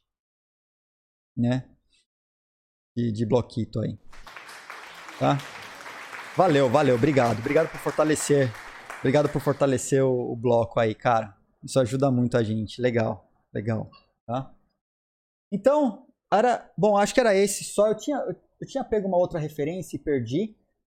Né? De, de bloquito aí. Tá? Valeu, valeu, obrigado. Obrigado por fortalecer. Obrigado por fortalecer o, o bloco aí, cara. Isso ajuda muito a gente. Legal, legal. Tá? Então, era, bom, acho que era esse só. Eu tinha, eu tinha pego uma outra referência e perdi.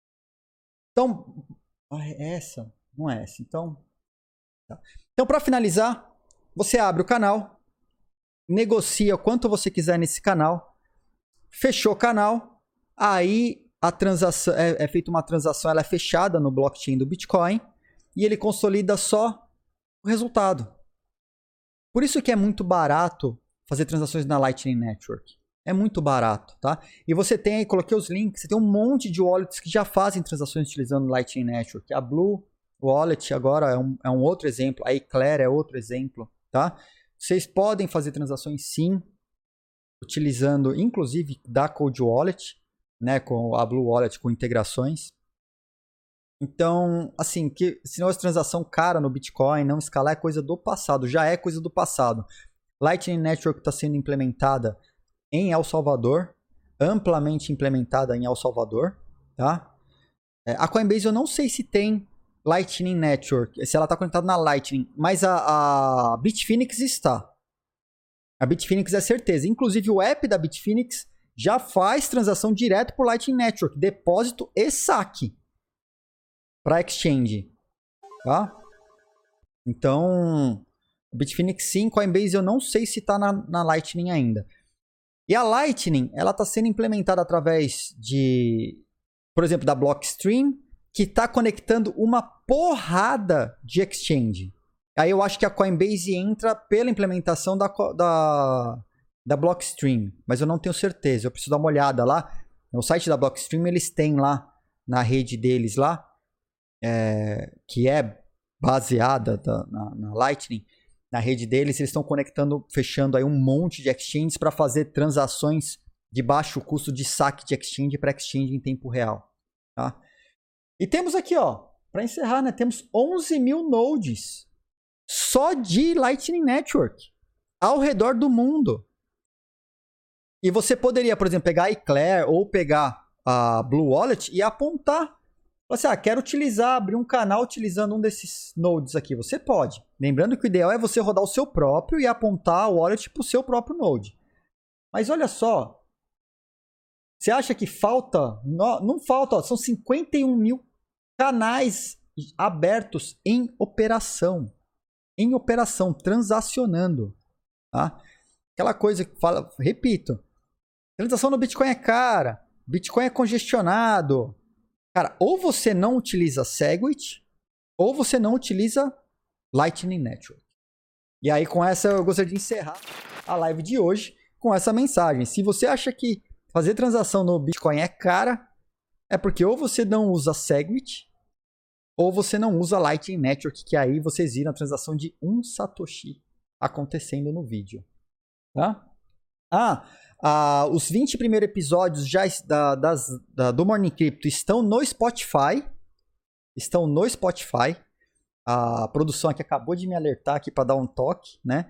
Então, é essa? Não é essa. Então, tá. Então, para finalizar, você abre o canal, negocia quanto você quiser nesse canal, fechou o canal, aí a transação é, é feita uma transação, ela é fechada no blockchain do Bitcoin e ele consolida só o resultado. Por isso que é muito barato fazer transações na Lightning Network. É muito barato, tá? E você tem aí, coloquei os links, você tem um monte de wallets que já fazem transações utilizando Lightning Network. A Blue Wallet agora é um, é um outro exemplo, a Eclair é outro exemplo, tá? Vocês podem fazer transações sim, utilizando inclusive da Cold Wallet, né, com a Blue Wallet, com integrações. Então, assim, que se não é transação cara no Bitcoin, não escalar é coisa do passado, já é coisa do passado. Lightning Network está sendo implementada em El Salvador, amplamente implementada em El Salvador, tá? É, a Coinbase eu não sei se tem Lightning Network, se ela está conectada na Lightning, mas a, a Bitfinex está. A Bitfinex é certeza. Inclusive o app da Bitfinex já faz transação direto por Lightning Network, depósito e saque para exchange, tá? Então, Bitfinex sim, Coinbase eu não sei se está na, na Lightning ainda. E a Lightning, ela está sendo implementada através de, por exemplo, da Blockstream, que está conectando uma porrada de exchange. Aí eu acho que a Coinbase entra pela implementação da, da, da Blockstream, mas eu não tenho certeza, eu preciso dar uma olhada lá. No site da Blockstream eles têm lá, na rede deles lá, é, que é baseada da, na, na Lightning, na rede deles, eles estão conectando, fechando aí um monte de exchanges para fazer transações de baixo custo de saque de exchange para exchange em tempo real. Tá? E temos aqui, ó, para encerrar, né, temos onze mil nodes só de Lightning Network ao redor do mundo. E você poderia, por exemplo, pegar a Eclair ou pegar a Blue Wallet e apontar. Você, ah, quero utilizar, abrir um canal utilizando um desses nodes aqui. Você pode. Lembrando que o ideal é você rodar o seu próprio e apontar o wallet para o seu próprio node. Mas olha só. Você acha que falta? Não, não falta, ó, são cinquenta e um mil canais abertos em operação. Em operação, transacionando. Tá? Aquela coisa que fala, repito, transação no Bitcoin é cara, Bitcoin é congestionado. Cara, ou você não utiliza Segwit, ou você não utiliza Lightning Network. E aí, com essa, eu gostaria de encerrar a live de hoje com essa mensagem. Se você acha que fazer transação no Bitcoin é cara, é porque ou você não usa Segwit, ou você não usa Lightning Network, que aí vocês viram a transação de um Satoshi acontecendo no vídeo. Tá? Ah, ah, os vinte primeiros episódios já da, das, da, do Morning Crypto estão no Spotify. Estão no Spotify. A produção aqui acabou de me alertar aqui para dar um toque, né?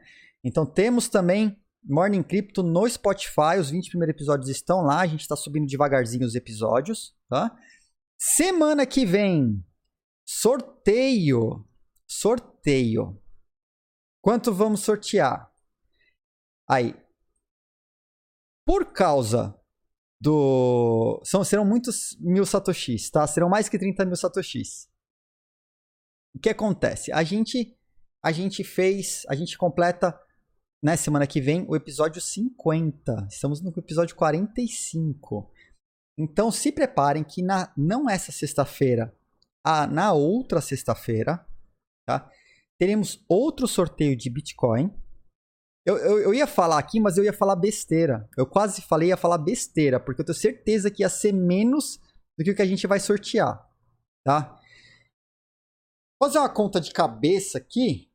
Então temos também Morning Crypto no Spotify. Os vinte primeiros episódios estão lá. A gente está subindo devagarzinho os episódios, tá? Semana que vem, sorteio. Sorteio. Quanto vamos sortear? Aí. Por causa do... São, serão muitos mil satoshis, tá? Serão mais que trinta mil satoshis. O que acontece? A gente, a gente fez... A gente completa, né, semana que vem, o episódio cinquenta. Estamos no episódio quarenta e cinco. Então, se preparem que na, não essa sexta-feira, a, na outra sexta-feira, tá? Teremos outro sorteio de Bitcoin. Eu, eu, eu ia falar aqui, mas eu ia falar besteira. Eu quase falei ia falar besteira, porque eu tenho certeza que ia ser menos do que o que a gente vai sortear, tá? Vou fazer uma conta de cabeça aqui.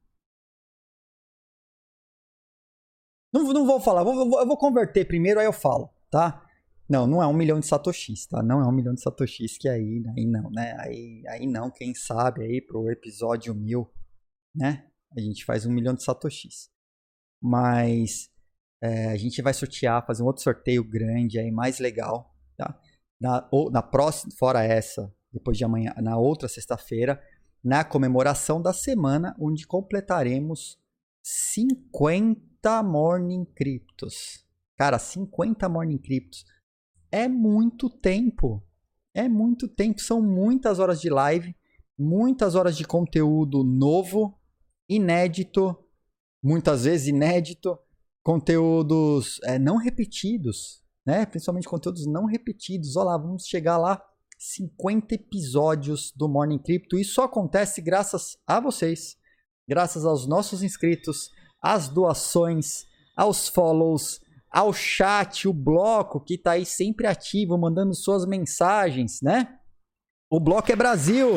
Não, não vou falar, vou, vou, eu vou converter primeiro, aí eu falo, tá? Não, não é um milhão de satoshis, tá? Não é um milhão de satoshis, que aí, aí não, né? Aí, aí não, quem sabe aí pro episódio mil, né? A gente faz um milhão de satoshis. Mas é, a gente vai sortear, fazer um outro sorteio grande aí, mais legal, tá? Na, ou, na próxima, fora essa, depois de amanhã, na outra sexta-feira, na comemoração da semana, onde completaremos cinquenta Morning Cryptos. Cara, cinquenta Morning Cryptos é muito tempo. É muito tempo, são muitas horas de live, muitas horas de conteúdo novo, inédito, muitas vezes inédito, conteúdos é, não repetidos, né? Principalmente conteúdos não repetidos. Olha lá, vamos chegar lá, cinquenta episódios do Morning Crypto. Isso só acontece graças a vocês, graças aos nossos inscritos, às doações, aos follows, ao chat, o bloco que tá aí sempre ativo, mandando suas mensagens, né? O bloco é Brasil!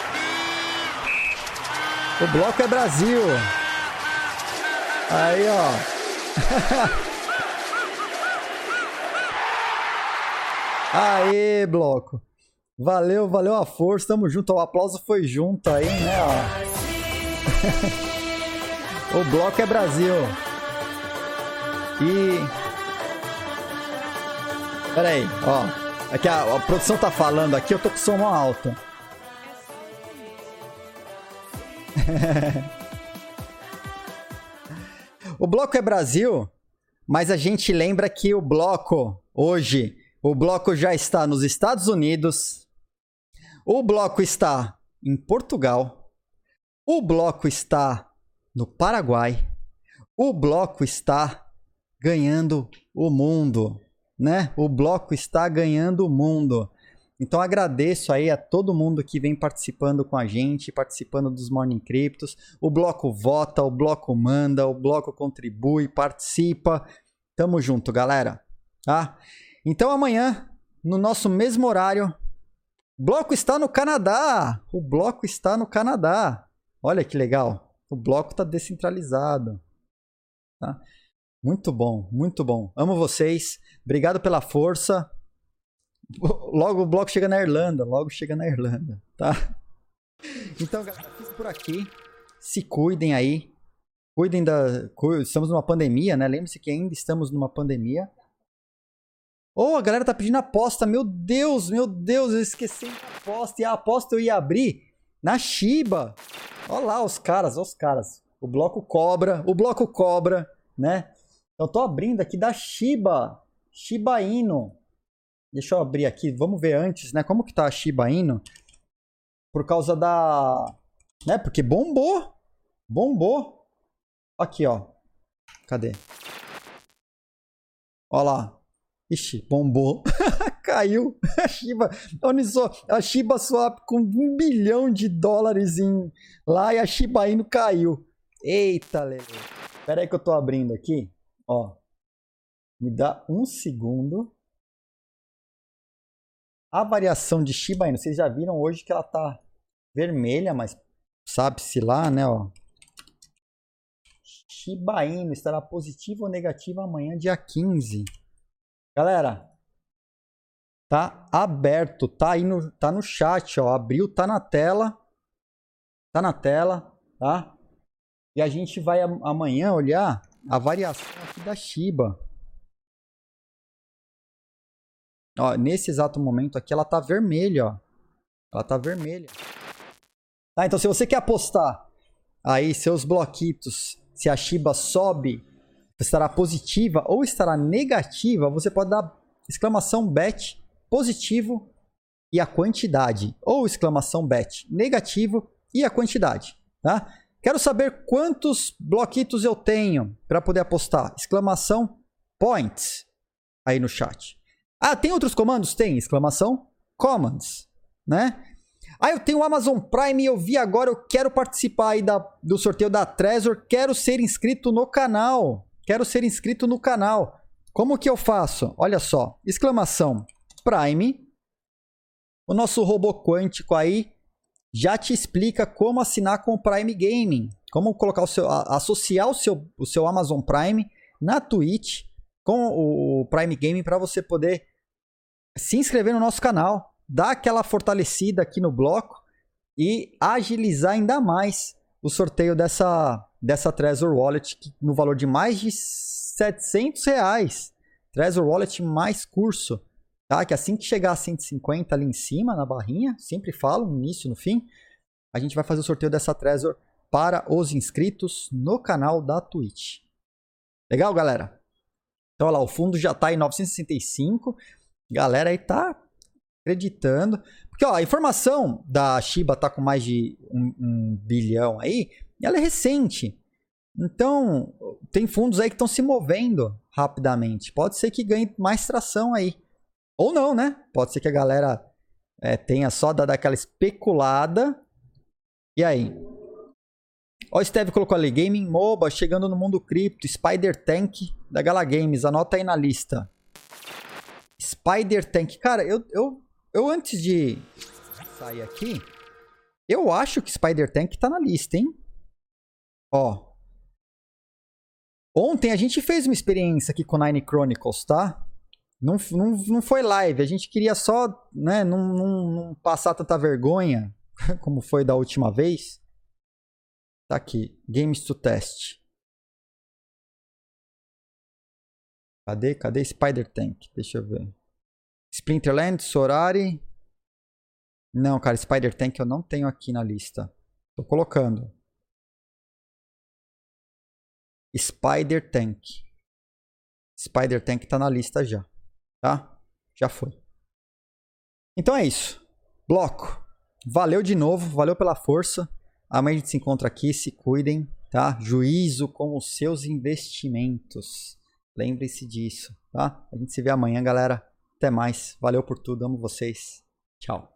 O bloco é Brasil! Aí, ó. Aê, bloco. Valeu, valeu a força. Tamo junto. O aplauso foi junto aí, né, ó. O bloco é Brasil. E... Pera aí, ó. Aqui a, a produção tá falando aqui, eu tô com o som mó alto. O bloco é Brasil, mas a gente lembra que o bloco, hoje, o bloco já está nos Estados Unidos, o bloco está em Portugal, o bloco está no Paraguai, o bloco está ganhando o mundo, né? O bloco está ganhando o mundo. Então agradeço aí a todo mundo que vem participando com a gente, participando dos Morning Cryptos. O bloco vota, o bloco manda, o bloco contribui, participa. Tamo junto, galera. Tá? Então amanhã, no nosso mesmo horário, o bloco está no Canadá. O bloco está no Canadá. Olha que legal. O bloco está descentralizado. Tá? Muito bom, muito bom. Amo vocês. Obrigado pela força. Logo o bloco chega na Irlanda, logo chega na Irlanda, tá? Então, galera, fico por aqui. Se cuidem aí. Cuidem da... Estamos numa pandemia, né? Lembre-se que ainda estamos numa pandemia. Oh, a galera tá pedindo aposta. Meu Deus, meu Deus, eu esqueci a aposta. E a aposta eu ia abrir na Shiba. Olha lá os caras, olha os caras. O bloco cobra, o bloco cobra, né? Eu tô abrindo aqui da Shiba. Shiba Inu. Deixa eu abrir aqui, vamos ver antes, né? Como que tá a Shiba Inu? Por causa da... Né? Porque bombou. Bombou. Aqui, ó. Cadê? Ó lá. Ixi, bombou. Caiu. A Shiba... Olha só, a Shiba Swap com um bilhão de dólares em... lá e a Shiba Inu caiu. Eita, Lele. Espera aí que eu tô abrindo aqui. Ó. Me dá um segundo. A variação de Shiba Inu, vocês já viram hoje que ela tá vermelha, mas sabe-se lá, né, ó. Shiba Inu estará positiva ou negativa amanhã, dia quinze. Galera, tá aberto, tá aí no, tá no chat, ó. Abriu, tá na tela. Tá na tela, tá? E a gente vai amanhã olhar a variação aqui da Shiba. Ó, nesse exato momento aqui ela tá vermelha, ó. Ela tá vermelha. Tá, então se você quer apostar aí seus bloquitos, se a Shiba sobe, estará positiva ou estará negativa, você pode dar exclamação bet positivo e a quantidade, ou exclamação bet negativo e a quantidade, tá? Quero saber quantos bloquitos eu tenho para poder apostar. Exclamação points aí no chat. Ah, tem outros comandos? Tem. Exclamação commands, né? Ah, eu tenho o Amazon Prime e eu vi agora, eu quero participar aí da, do sorteio da Trezor, quero ser inscrito no canal. Quero ser inscrito no canal. Como que eu faço? Olha só, exclamação Prime. O nosso robô quântico aí já te explica como assinar com o Prime Gaming. Como colocar o seu, associar o seu, o seu Amazon Prime na Twitch com o Prime Gaming para você poder se inscrever no nosso canal, dar aquela fortalecida aqui no bloco e agilizar ainda mais o sorteio dessa, dessa Trezor Wallet que, no valor de mais de setecentos reais. Trezor Wallet mais curso. Tá? Que assim que chegar a cento e cinquenta ali em cima, na barrinha, sempre falo, no início, no fim, a gente vai fazer o sorteio dessa Trezor para os inscritos no canal da Twitch. Legal, galera? Então, olha lá, o fundo já está em novecentos e sessenta e cinco. Galera aí tá acreditando. Porque, ó, a informação da Shiba tá com mais de um, um bilhão aí, e ela é recente. Então, tem fundos aí que estão se movendo rapidamente. Pode ser que ganhe mais tração aí. Ou não, né? Pode ser que a galera é, tenha só dado aquela especulada. E aí? Ó, o Steve colocou ali, Gaming MOBA, chegando no mundo cripto, Spider Tank da Gala Games. Anota aí na lista. Spider Tank. Cara, eu, eu, eu antes de sair aqui, eu acho que Spider Tank tá na lista, hein? Ó. Ontem a gente fez uma experiência aqui com Nine Chronicles, tá? Não, não, não foi live, a gente queria só, né, não, não, não passar tanta vergonha como foi da última vez. Tá aqui, Games to Test. Cadê? Cadê Spider Tank? Deixa eu ver. Splinterland, Sorari. Não, cara, Spider Tank eu não tenho aqui na lista. Tô colocando. Spider Tank. Spider Tank tá na lista já. Tá? Já foi. Então é isso. Bloco. Valeu de novo. Valeu pela força. Amanhã a gente se encontra aqui. Se cuidem. Tá? Juízo com os seus investimentos. Lembre-se disso. Tá? A gente se vê amanhã, galera. Até mais. Valeu por tudo. Amo vocês. Tchau.